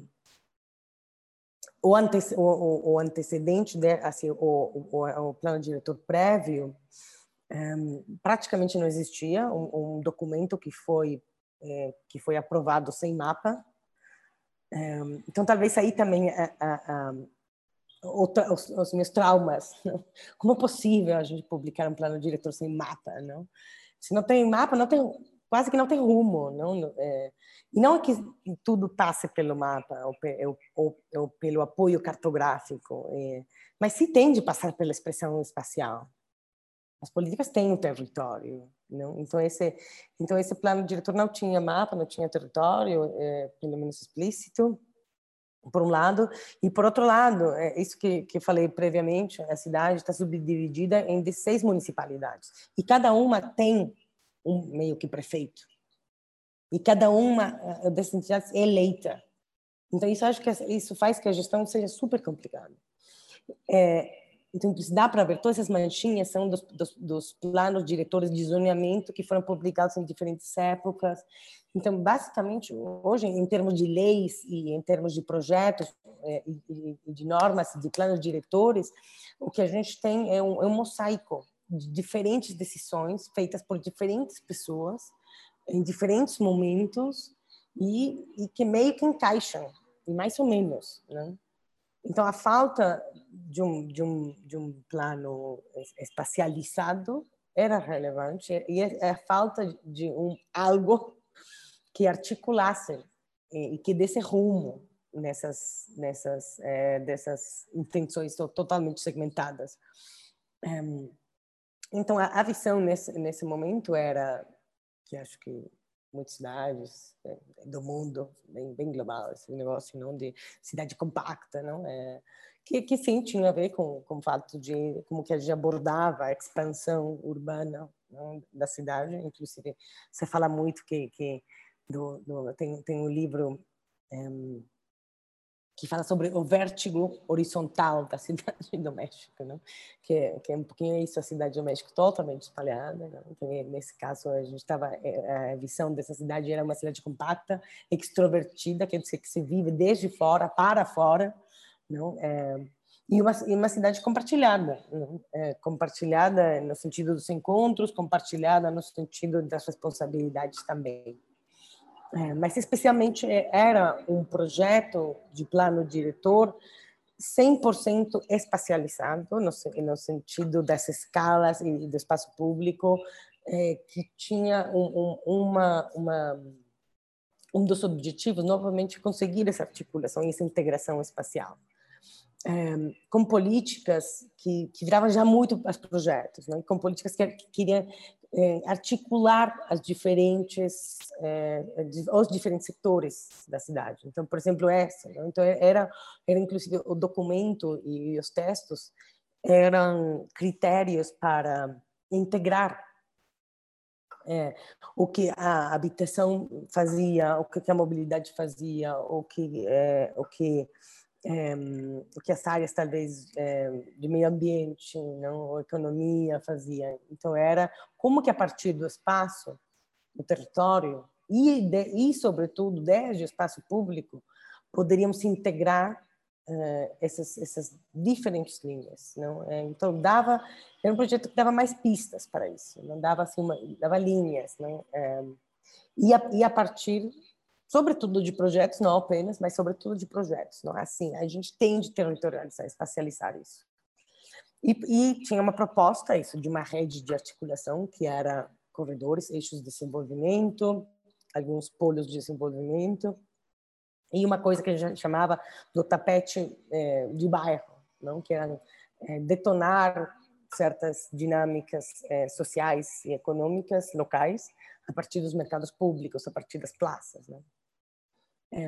o, ante, o, o antecedente, de, assim, o, o, o plano diretor prévio, é, praticamente não existia, um, um documento que foi, é, que foi aprovado sem mapa. É, então, talvez aí também a, a, a os, os meus traumas. Não? Como é possível a gente publicar um plano diretor sem mapa? Não? Se não tem mapa, não tem, quase que não tem rumo. Não? É, e não é que tudo passe pelo mapa ou, ou, ou, ou pelo apoio cartográfico, é, mas se tem de passar pela expressão espacial. As políticas têm um território. Não? Então, esse, então, esse plano diretor não tinha mapa, não tinha território, é, pelo menos explícito, por um lado, e por outro lado, é isso que, que eu falei previamente, a cidade está subdividida em dezesseis municipalidades, e cada uma tem um meio que prefeito, e cada uma dessas entidades é eleita. Então, isso acho que isso faz que a gestão seja super complicada. É, então, dá para ver, todas essas manchinhas são dos, dos, dos planos diretores de zoneamento que foram publicados em diferentes épocas. Então, basicamente, hoje, em termos de leis e em termos de projetos é, e, e de normas, de planos diretores, o que a gente tem é um, é um mosaico de diferentes decisões feitas por diferentes pessoas em diferentes momentos e, e que meio que encaixam, mais ou menos, né? Então, a falta de um, de um, de um plano espacializado era relevante, e a falta de um algo que articulasse e que desse rumo nessas, nessas é, dessas intenções totalmente segmentadas. Então, a, a visão nesse, nesse momento era, que acho que muitas cidades é, do mundo, bem, bem global, esse negócio não de cidade compacta, não é, que, que sim tinha a ver com, com o fato de como que a gente abordava a expansão urbana, não, da cidade. Inclusive, você fala muito que, que do, do, tem, tem um livro um, que fala sobre o vértigo horizontal da cidade do México, não? Que, que é um pouquinho isso, a cidade do México totalmente espalhada. Não? Então, nesse caso, a gente estava, a visão dessa cidade era uma cidade compacta, extrovertida, quer dizer, que se vive desde fora para fora, não? É, e, uma, e uma cidade compartilhada, não? É, compartilhada no sentido dos encontros, compartilhada no sentido das responsabilidades também. É, mas especialmente era um projeto de plano diretor cem por cento espacializado, no, no sentido das escalas e do espaço público, é, que tinha um, um, uma, uma, um dos objetivos, novamente, conseguir essa articulação e essa integração espacial. É, com políticas que, que viravam já muito para os projetos, né? Com políticas que, que queriam é, articular as diferentes, é, os diferentes setores da cidade. Então, por exemplo, essa. Né? Então, era, era inclusive o documento e os textos eram critérios para integrar é, o que a habitação fazia, o que a mobilidade fazia, o que é, o que É, o que as áreas talvez é, de meio ambiente, não, ou economia fazia. Então era como que a partir do espaço, do território e, de, e sobretudo desde o espaço público poderíamos se integrar é, essas essas diferentes linhas, não? É, então dava era um projeto que dava mais pistas para isso, não dava assim uma, dava linhas, não? É, e, a, e a partir sobretudo de projetos, não apenas, mas sobretudo de projetos. Não é assim, a gente tem de territorializar, espacializar isso. E, e tinha uma proposta, isso, de uma rede de articulação, que era corredores, eixos de desenvolvimento, alguns polos de desenvolvimento, e uma coisa que a gente chamava do tapete é, de bairro, não? Que era é, detonar certas dinâmicas é, sociais e econômicas locais a partir dos mercados públicos, a partir das praças, né? É,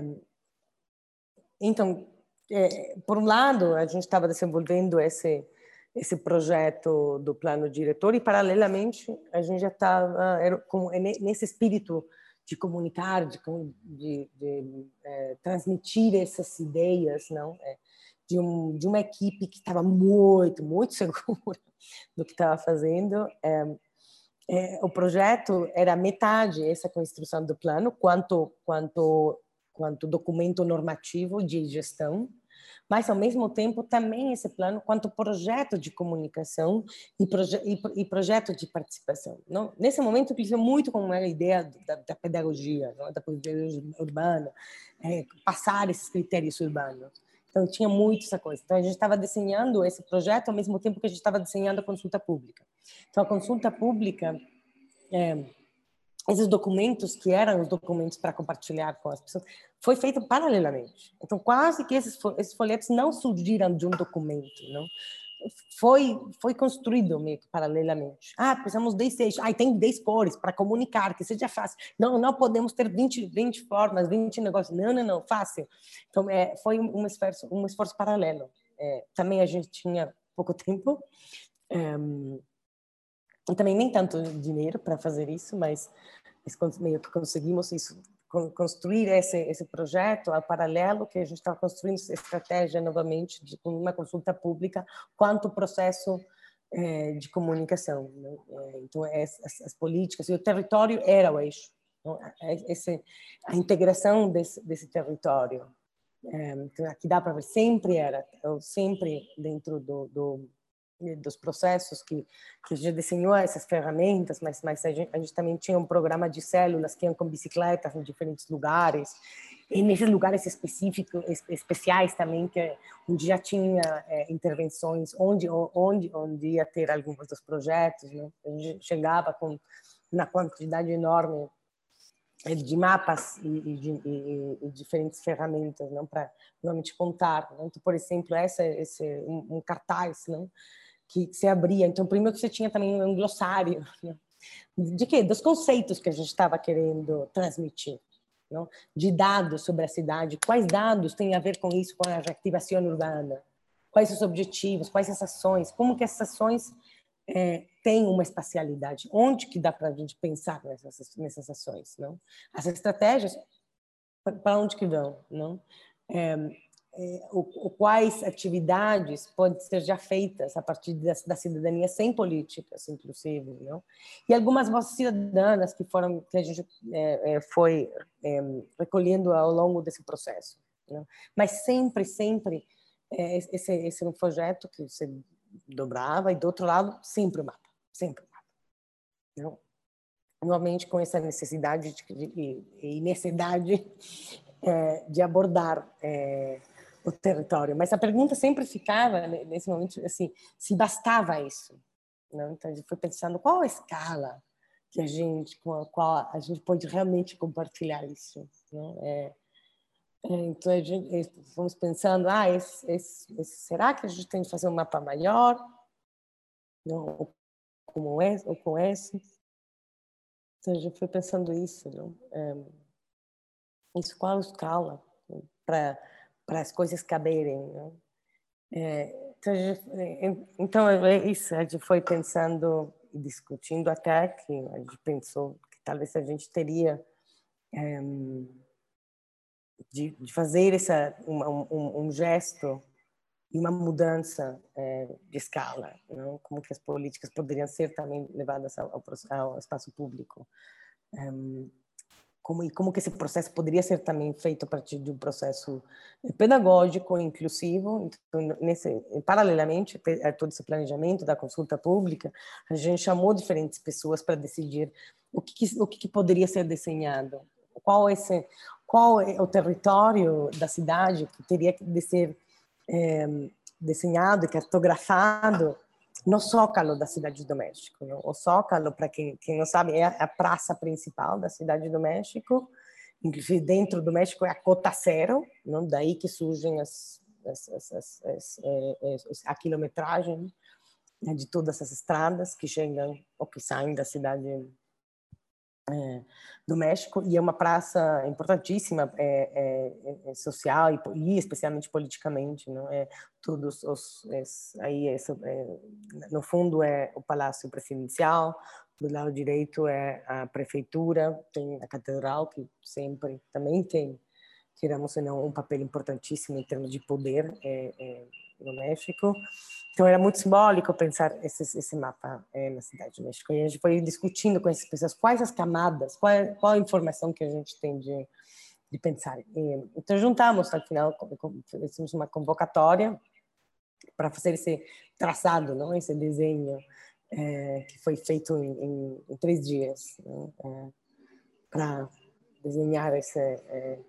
então, é, por um lado, a gente estava desenvolvendo esse esse projeto do plano diretor e, paralelamente, a gente já estava nesse espírito de comunicar, de, de, de é, transmitir essas ideias, não? É, de, um, de uma equipe que estava muito, muito segura do que estava fazendo. É, é, o projeto era metade essa construção do plano, quanto quanto quanto documento normativo de gestão, mas ao mesmo tempo também esse plano quanto projeto de comunicação e, proje e, e projeto de participação. Não? Nesse momento eu muito com a ideia da, da pedagogia, não? Da pedagogia urbana, é, passar esses critérios urbanos. Então, tinha muito essa coisa. Então, a gente estava desenhando esse projeto ao mesmo tempo que a gente estava desenhando a consulta pública. Então, a consulta pública, é, esses documentos, que eram os documentos para compartilhar com as pessoas, foi feito paralelamente. Então, quase que esses, esses folhetos não surgiram de um documento, não? Foi, foi construído meio que paralelamente. Ah, precisamos de dez, ah, tem dez cores para comunicar, que seja fácil. Não, não podemos ter vinte, vinte formas, vinte negócios. Não, não, não, fácil. Então, é, foi um esforço, um esforço paralelo. É, também a gente tinha pouco tempo, é, e também nem tanto dinheiro para fazer isso, mas, mas meio que conseguimos isso, construir esse, esse projeto ao paralelo que a gente estava construindo essa estratégia novamente de uma consulta pública quanto processo é, de comunicação, né? Então as, as políticas e o território era o eixo, então, esse, a integração desse, desse território, é, então, aqui dá para ver, sempre era sempre dentro do, do dos processos que que a gente desenhou essas ferramentas, mas mas a gente, a gente também tinha um programa de células que iam com bicicletas em diferentes lugares, e nesses lugares específicos, especiais também, que onde já tinha é, intervenções, onde onde onde ia ter alguns dos projetos, né? A gente chegava com uma quantidade enorme de mapas e, e, de, e, e diferentes ferramentas, não, para realmente contar, né? Então, por exemplo, essa esse um, um cartaz, não, que se abria. Então, primeiro que você tinha também um glossário, né? De quê? Dos conceitos que a gente estava querendo transmitir, não? De dados sobre a cidade. Quais dados têm a ver com isso, com a reativação urbana? Quais os objetivos? Quais as ações? Como que essas ações é, têm uma espacialidade? Onde que dá para a gente pensar nessas, nessas ações, não? As estratégias, para onde que vão, não? É, É, o, o, quais atividades podem ser já feitas a partir da, da cidadania sem políticas, inclusive, não? E algumas vozes cidadãs que foram que a gente é, é, foi é, recolhendo ao longo desse processo, não? Mas sempre, sempre é, esse, esse é um projeto que você dobrava e do outro lado sempre o mapa, sempre o mapa, não? Normalmente com essa necessidade de, de, e necessidade é, de abordar é, o território, mas a pergunta sempre ficava nesse momento assim, se bastava isso, não? Então a gente foi pensando qual a escala que a gente com a qual a gente pode realmente compartilhar isso, não? É, é, então a gente fomos pensando, ah, esse, esse, esse, será que a gente tem que fazer um mapa maior, não? Ou como é, ou com esse? Então a gente foi pensando isso, não? É, isso qual a escala para para as coisas caberem, não? É, então, então, é isso, a gente foi pensando e discutindo até que a gente pensou que talvez a gente teria é, de, de fazer essa, uma, um, um gesto e uma mudança é, de escala, não? Como que as políticas poderiam ser também levadas ao, ao espaço público. É, Como, e como que esse processo poderia ser também feito a partir de um processo pedagógico, inclusivo. Então, nesse, paralelamente a todo esse planejamento da consulta pública, a gente chamou diferentes pessoas para decidir o que, o que poderia ser desenhado, qual, esse, qual é o território da cidade que teria de ser é, desenhado e cartografado no Zócalo da Cidade do México. Não? O Zócalo, para quem, quem não sabe, é a praça principal da Cidade do México. Inclusive, dentro do México é a Cota Zero, não? Daí que surgem as, as, as, as, as, as, a quilometragem, né, de todas as estradas que chegam ou que saem da cidade é, do México, e é uma praça importantíssima é, é, é social e, e especialmente politicamente, não é? Todos os é, aí é, no fundo é o Palácio Presidencial, do lado direito é a prefeitura, tem a catedral que sempre também tem, tiramos um papel importantíssimo em termos de poder é, é, no México. Então era muito simbólico pensar esse, esse mapa é, na Cidade do México. E a gente foi discutindo com essas pessoas quais as camadas, qual, qual a informação que a gente tem de, de pensar. E, então juntamos, ao final, fizemos uma convocatória para fazer esse traçado, não? Esse desenho é, que foi feito em, em, em três dias, é, para desenhar esse... É,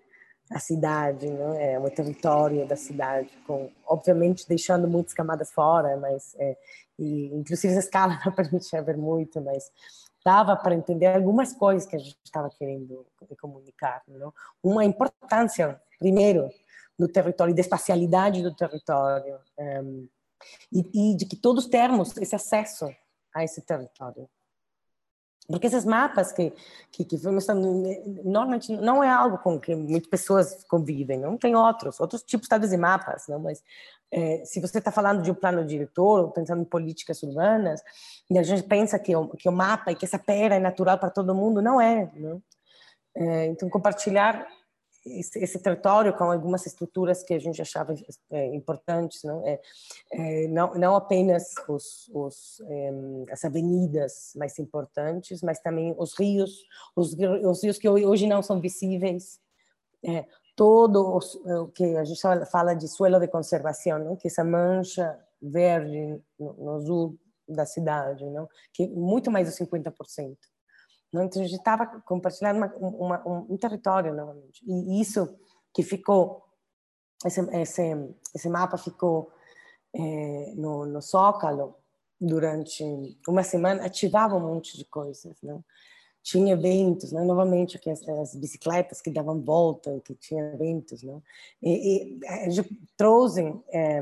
a cidade, né? É, o território da cidade, com, obviamente deixando muitas camadas fora, mas é, e, inclusive a escala não permitia ver muito, mas dava para entender algumas coisas que a gente estava querendo comunicar, não? Uma importância, primeiro, do território, da espacialidade do território, um, e, e de que todos termos esse acesso a esse território. Porque esses mapas que, que, que normalmente não é algo com que muitas pessoas convivem, não tem outros, outros tipos talvez de mapas, não? Mas é, se você está falando de um plano diretor, ou pensando em políticas urbanas, e a gente pensa que o, que o mapa e que essa pera é natural para todo mundo, não é, não? É, então, compartilhar esse, esse território com algumas estruturas que a gente achava é, importantes, não? É, é, não, não apenas os, os, é, as avenidas mais importantes, mas também os rios, os, os rios que hoje não são visíveis, é, todo os, o que a gente fala de suelo de conservação, não? Que essa mancha verde no, no sul da cidade, não? Que muito mais de cinquenta por cento. Então, a gente estava compartilhando uma, uma, um, um território novamente. E isso que ficou, esse, esse, esse mapa ficou é, no, no Zócalo durante uma semana, ativava um monte de coisas, né? Tinha eventos, né? Novamente, aqui as, as bicicletas que davam volta, que tinha eventos, né? E, e a gente trouxe, é,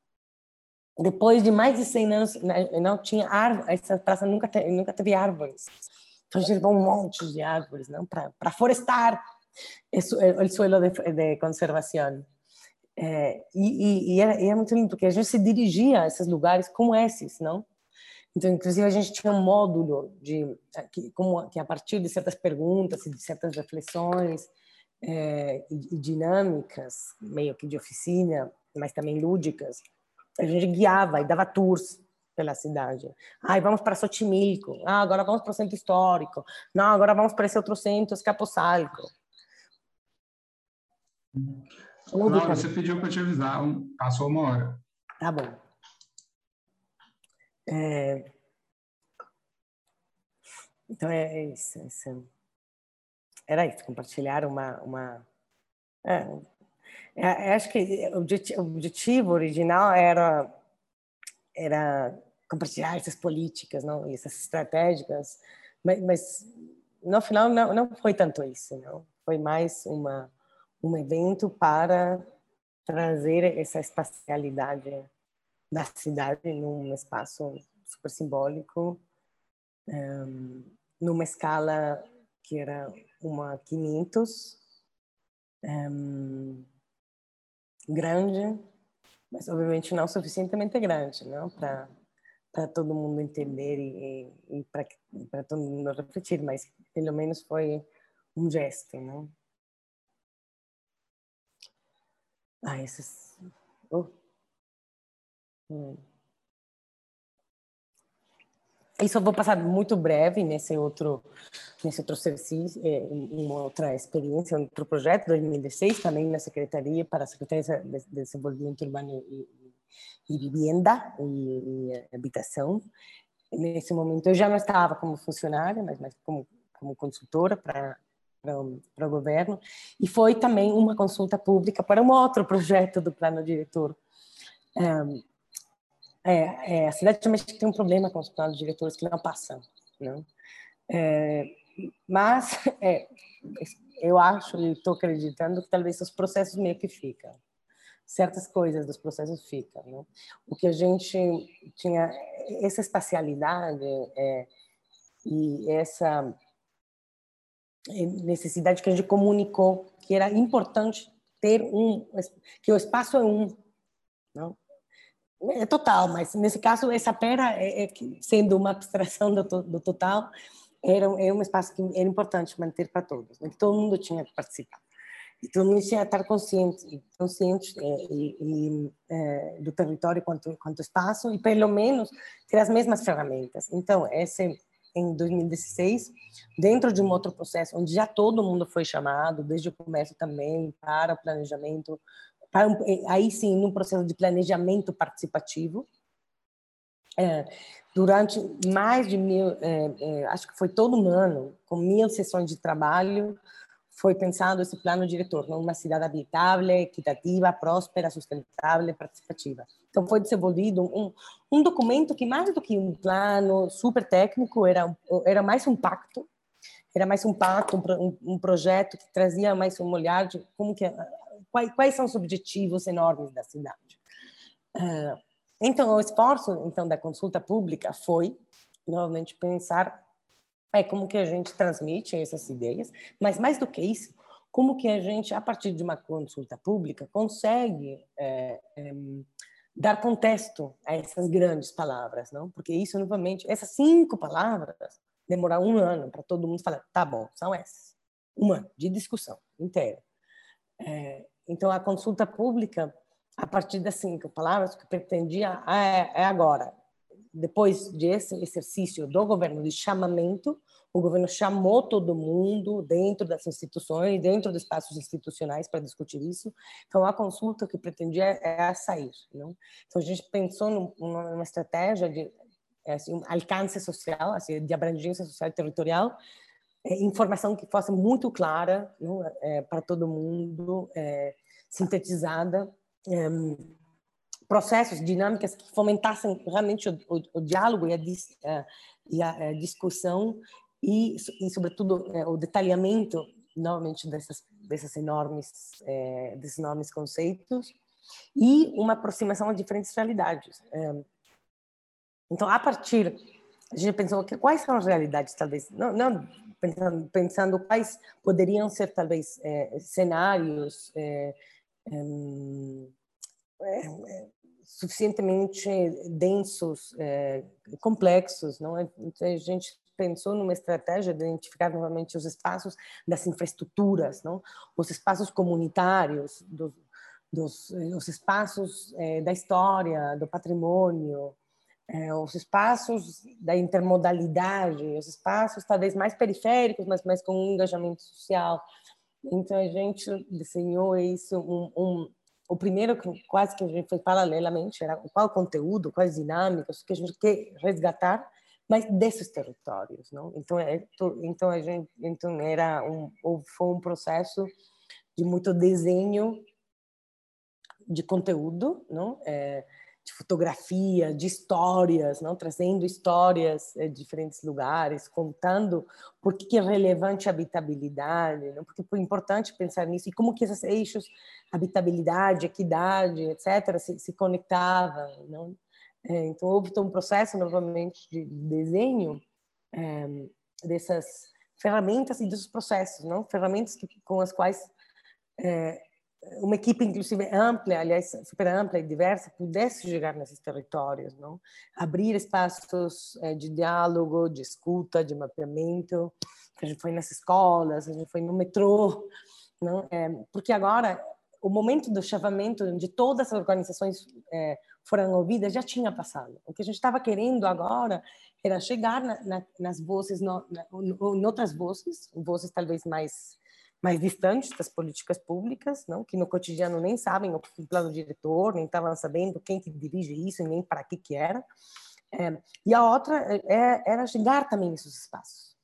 depois de mais de cem anos, não tinha árvore, essa praça nunca, te, nunca teve árvores. Então, a gente levou um monte de árvores, não, para florestar o suelo de, de conservação. É, e, e, era, e era muito lindo, porque a gente se dirigia a esses lugares como esses, não? Então, inclusive, a gente tinha um módulo de, que, como, que a partir de certas perguntas e de certas reflexões é, e, e dinâmicas, meio que de oficina, mas também lúdicas, a gente guiava e dava tours pela cidade. Ah, vamos para Xochimilco. Ah, agora vamos para o centro histórico. Não, agora vamos para esse outro centro, Escaposalco. Laura, você pediu para te avisar, passou uma hora. Tá bom. É... Então, é isso. isso. Era isso, compartilhar uma... uma... É, é, acho que o objetivo, o objetivo original era, era compartilhar essas políticas, não? Essas estratégicas, mas, mas no final não, não foi tanto isso, não? Foi mais uma, um evento para trazer essa espacialidade da cidade num espaço super simbólico, um, numa escala que era uma quinhentos, um, grande, mas obviamente não suficientemente grande, não, para para todo mundo entender e, e, e para todo mundo refletir, mas pelo menos foi um gesto, não? Ah, esses... Oh. Hum. Isso eu vou passar muito breve nesse outro, nesse outro exercício, uma outra experiência, outro projeto, dois mil e dezesseis, também na Secretaria, para a Secretaria de Desenvolvimento Urbano e, e Vivienda e, e Habitação. Nesse momento eu já não estava como funcionária, mas, mas como, como consultora para para o governo, e foi também uma consulta pública para um outro projeto do plano diretor. Um, É, é, a cidade de México tem um problema com os planos diretores que não passam, não? É, mas é, eu acho e estou acreditando que talvez os processos meio que ficam, certas coisas dos processos ficam, não? O que a gente tinha, essa espacialidade é, e essa necessidade que a gente comunicou que era importante ter um, que o espaço é um, não? É total, mas nesse caso essa pera, é, é, sendo uma abstração do, do total, era é um espaço que era importante manter para todos, né? Que todo mundo tinha que participar e todo mundo tinha que estar consciente, consciente é, e, e, é, do território quanto quanto espaço e pelo menos ter as mesmas ferramentas. Então esse em dois mil e dezesseis, dentro de um outro processo onde já todo mundo foi chamado desde o começo também para o planejamento, para um, aí sim, num processo de planejamento participativo, é, durante mais de mil, é, é, acho que foi todo um ano, com mil sessões de trabalho, foi pensado esse plano diretor, não? Uma cidade habitável, equitativa, próspera, sustentável e participativa. Então, foi desenvolvido um, um documento que, mais do que um plano super técnico, era, era mais um pacto, era mais um pacto, um, um projeto que trazia mais um olhar de como que, quais, quais são os objetivos enormes da cidade. Uh, então, o esforço então, da consulta pública foi, novamente, pensar é como que a gente transmite essas ideias, mas mais do que isso, como que a gente, a partir de uma consulta pública, consegue é, é, dar contexto a essas grandes palavras, não? Porque isso, novamente, essas cinco palavras demorar um ano para todo mundo falar, tá bom, são essas. Um ano de discussão inteira. É, então, a consulta pública, a partir das cinco palavras, que pretendia é, é agora, depois desse exercício do governo de chamamento, o governo chamou todo mundo dentro das instituições, dentro dos espaços institucionais para discutir isso. Então, a consulta que pretendia é sair. Não? Então, a gente pensou numa, numa estratégia de assim, um alcance social, assim, de abrangência social e territorial, é, informação que fosse muito clara, não? É, para todo mundo, é, sintetizada, é, processos, dinâmicas que fomentassem realmente o, o, o diálogo e a, a, e a, a discussão e, e sobretudo, é, o detalhamento, novamente, dessas, dessas enormes, é, desses enormes conceitos e uma aproximação a diferentes realidades. É, então, a partir, a gente pensou que quais são as realidades, talvez, não, não pensando, pensando quais poderiam ser, talvez, é, cenários é, é, é, suficientemente densos, é, complexos, não é? Então, a gente pensou numa estratégia de identificar novamente os espaços das infraestruturas, não? Os espaços comunitários, dos, dos os espaços é, da história, do patrimônio, é, os espaços da intermodalidade, os espaços talvez mais periféricos, mas mais com um engajamento social. Então, a gente desenhou isso, um, um o primeiro, quase que a gente fez paralelamente, era qual conteúdo, quais dinâmicas que a gente quer resgatar, mas desses territórios, não? Então, é, então a gente, então era um, foi um processo de muito desenho de conteúdo, não? É, de fotografia, de histórias, não? Trazendo histórias de diferentes lugares, contando por que é relevante a habitabilidade, não? Porque foi importante pensar nisso e como que esses eixos, habitabilidade, equidade, etcétera, se, se conectavam, não? É, então, houve um processo, novamente, de desenho é, dessas ferramentas e desses processos, não? Ferramentas que, com as quais é, uma equipe, inclusive, ampla, aliás, super ampla e diversa, pudesse chegar nesses territórios, não? Abrir espaços é, de diálogo, de escuta, de mapeamento. A gente foi nas escolas, a gente foi no metrô, não? É, porque agora, o momento do chamamento, onde todas as organizações é, foram ouvidas, já tinha passado. O que a gente estava querendo agora era chegar na, na, nas vozes, no, na, em outras vozes, vozes talvez mais mais distantes das políticas públicas, não, que no cotidiano nem sabem o plano diretor, nem estavam sabendo quem que dirige isso, nem para que que era. É, e a outra é, era chegar também nesses espaços.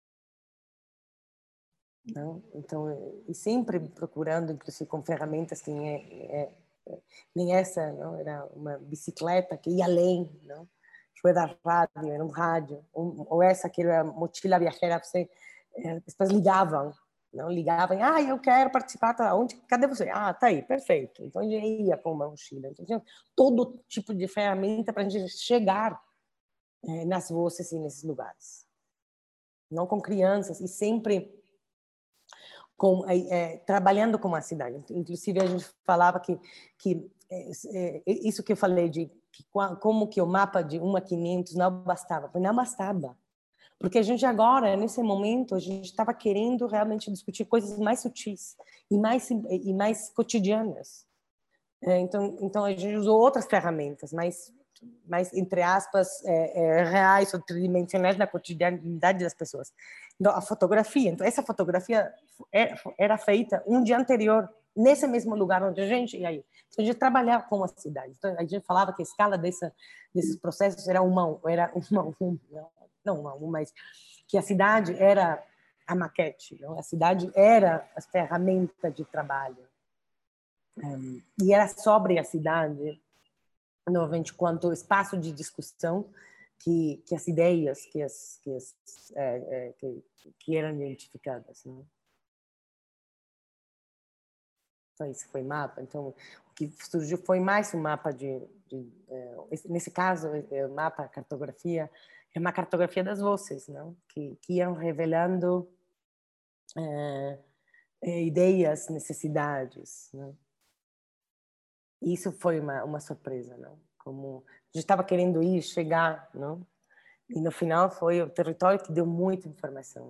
Não? Então, e sempre procurando, inclusive com ferramentas que nem, é, é, nem essa, não, era uma bicicleta que ia além, não? Era rádio, era um rádio, ou, ou essa que era mochila viajeira, você, é, as pessoas ligavam, não ligavam, ah, eu quero participar, tá, onde, cadê você? Ah, tá aí, perfeito. Então, a gente ia com uma mochila. Então, tinha todo tipo de ferramenta para a gente chegar é, nas vozes e nesses lugares. Não com crianças, e sempre com, é, trabalhando com a cidade. Inclusive, a gente falava que, que é, isso que eu falei, de que, como que o mapa de um a quinhentos não bastava. Não bastava. Porque a gente agora, nesse momento, a gente estava querendo realmente discutir coisas mais sutis e mais, e mais cotidianas. Então, então, a gente usou outras ferramentas, mais, mais entre aspas, é, é, reais ou tridimensionais na cotidianidade das pessoas. Então, a fotografia. Então, essa fotografia era feita um dia anterior, nesse mesmo lugar onde a gente ia. Então, a gente trabalhava com a cidade. Então, a gente falava que a escala dessa, desses processos era uma, era uma, uma não uma, mas que a cidade era a maquete, não? A cidade era a ferramenta de trabalho. Um, e era sobre a cidade, novamente, quanto espaço de discussão que, que as ideias que, as, que, as, é, é, que, que eram identificadas. Não? Então, isso foi mapa. Então, o que surgiu foi mais um mapa de... de é, nesse caso, o mapa, a cartografia, é uma cartografia das vozes, não? Que, que iam revelando é, é, ideias, necessidades. Não? E isso foi uma, uma surpresa, não? Como a gente estava querendo ir, chegar, não? E no final foi o território que deu muita informação.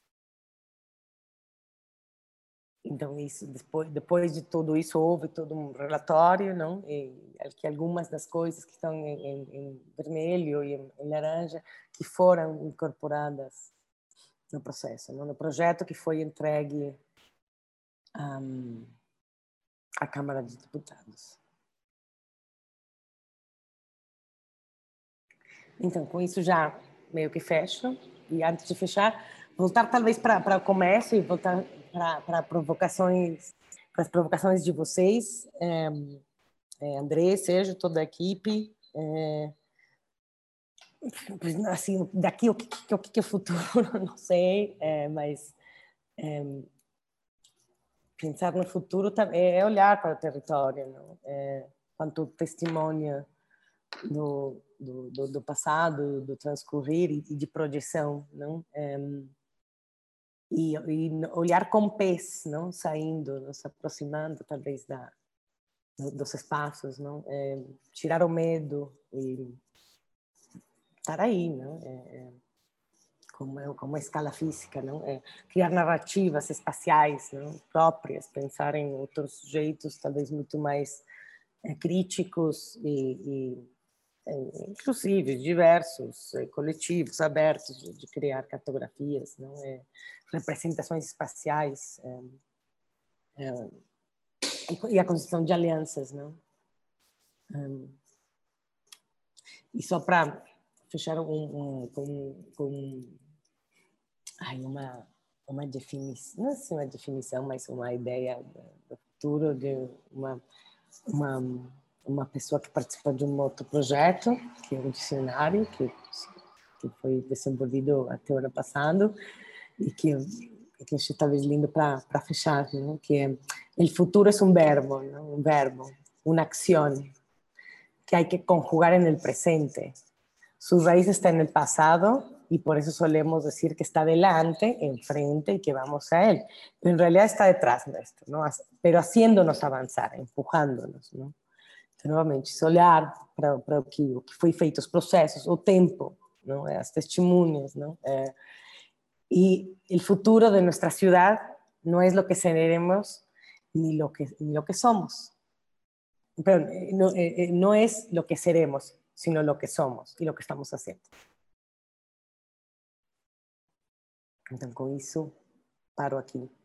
Então, isso, depois, depois de tudo isso, houve todo um relatório, não? E que algumas das coisas que estão em, em, em vermelho e em, em laranja, que foram incorporadas no processo, não? No projeto que foi entregue um, à Câmara dos Deputados. Então, com isso já meio que fecho. E antes de fechar, voltar talvez para o começo e voltar para provocações, para as provocações de vocês, é, é, André, Sérgio, toda a equipe. É, assim, daqui o que, o que é futuro, não sei, é, mas é, pensar no futuro é olhar para o território, não? É, quanto testemunha do, do, do, do passado, do transcorrer e, e de projeção, não? É, e, e olhar com pés, não? Saindo, nos aproximando talvez da, dos espaços, não? É, tirar o medo e estar aí, não? É, é, como, como a escala física, não? É, criar narrativas espaciais, não? Próprias, pensar em outros jeitos talvez muito mais é, críticos e, e inclusivos, diversos, coletivos, abertos, de, de criar cartografias, não é? Representações espaciais é, é, e a construção de alianças, não? Um, e só para fechar um, um, com, com ai, uma, uma definição, não sei uma definição, mas uma ideia do futuro de uma, uma, uma pessoa que participou de um outro projeto, que é um dicionário, que, que foi desenvolvido até o ano passado, e que, que achei talvez lindo para fechar, né? Que é, o futuro é um verbo, ¿no? Um verbo, uma acção, que hay que conjugar en el presente. Su raíz está en el pasado y por eso solemos decir que está delante, enfrente y que vamos a él. Pero en realidad está detrás nuestro, ¿no? Pero haciéndonos avanzar, empujándonos, ¿no? Então, novamente, esse olhar para, para o, que, o que foi feito, os processos, o tempo, ¿no? As testemunhas, ¿no? Eh, y el futuro de nuestra ciudad no es lo que seremos ni lo que, ni lo que somos. Pero no, eh, no es lo que seremos, sino lo que somos e lo que estamos fazendo. Então, com isso, paro aqui.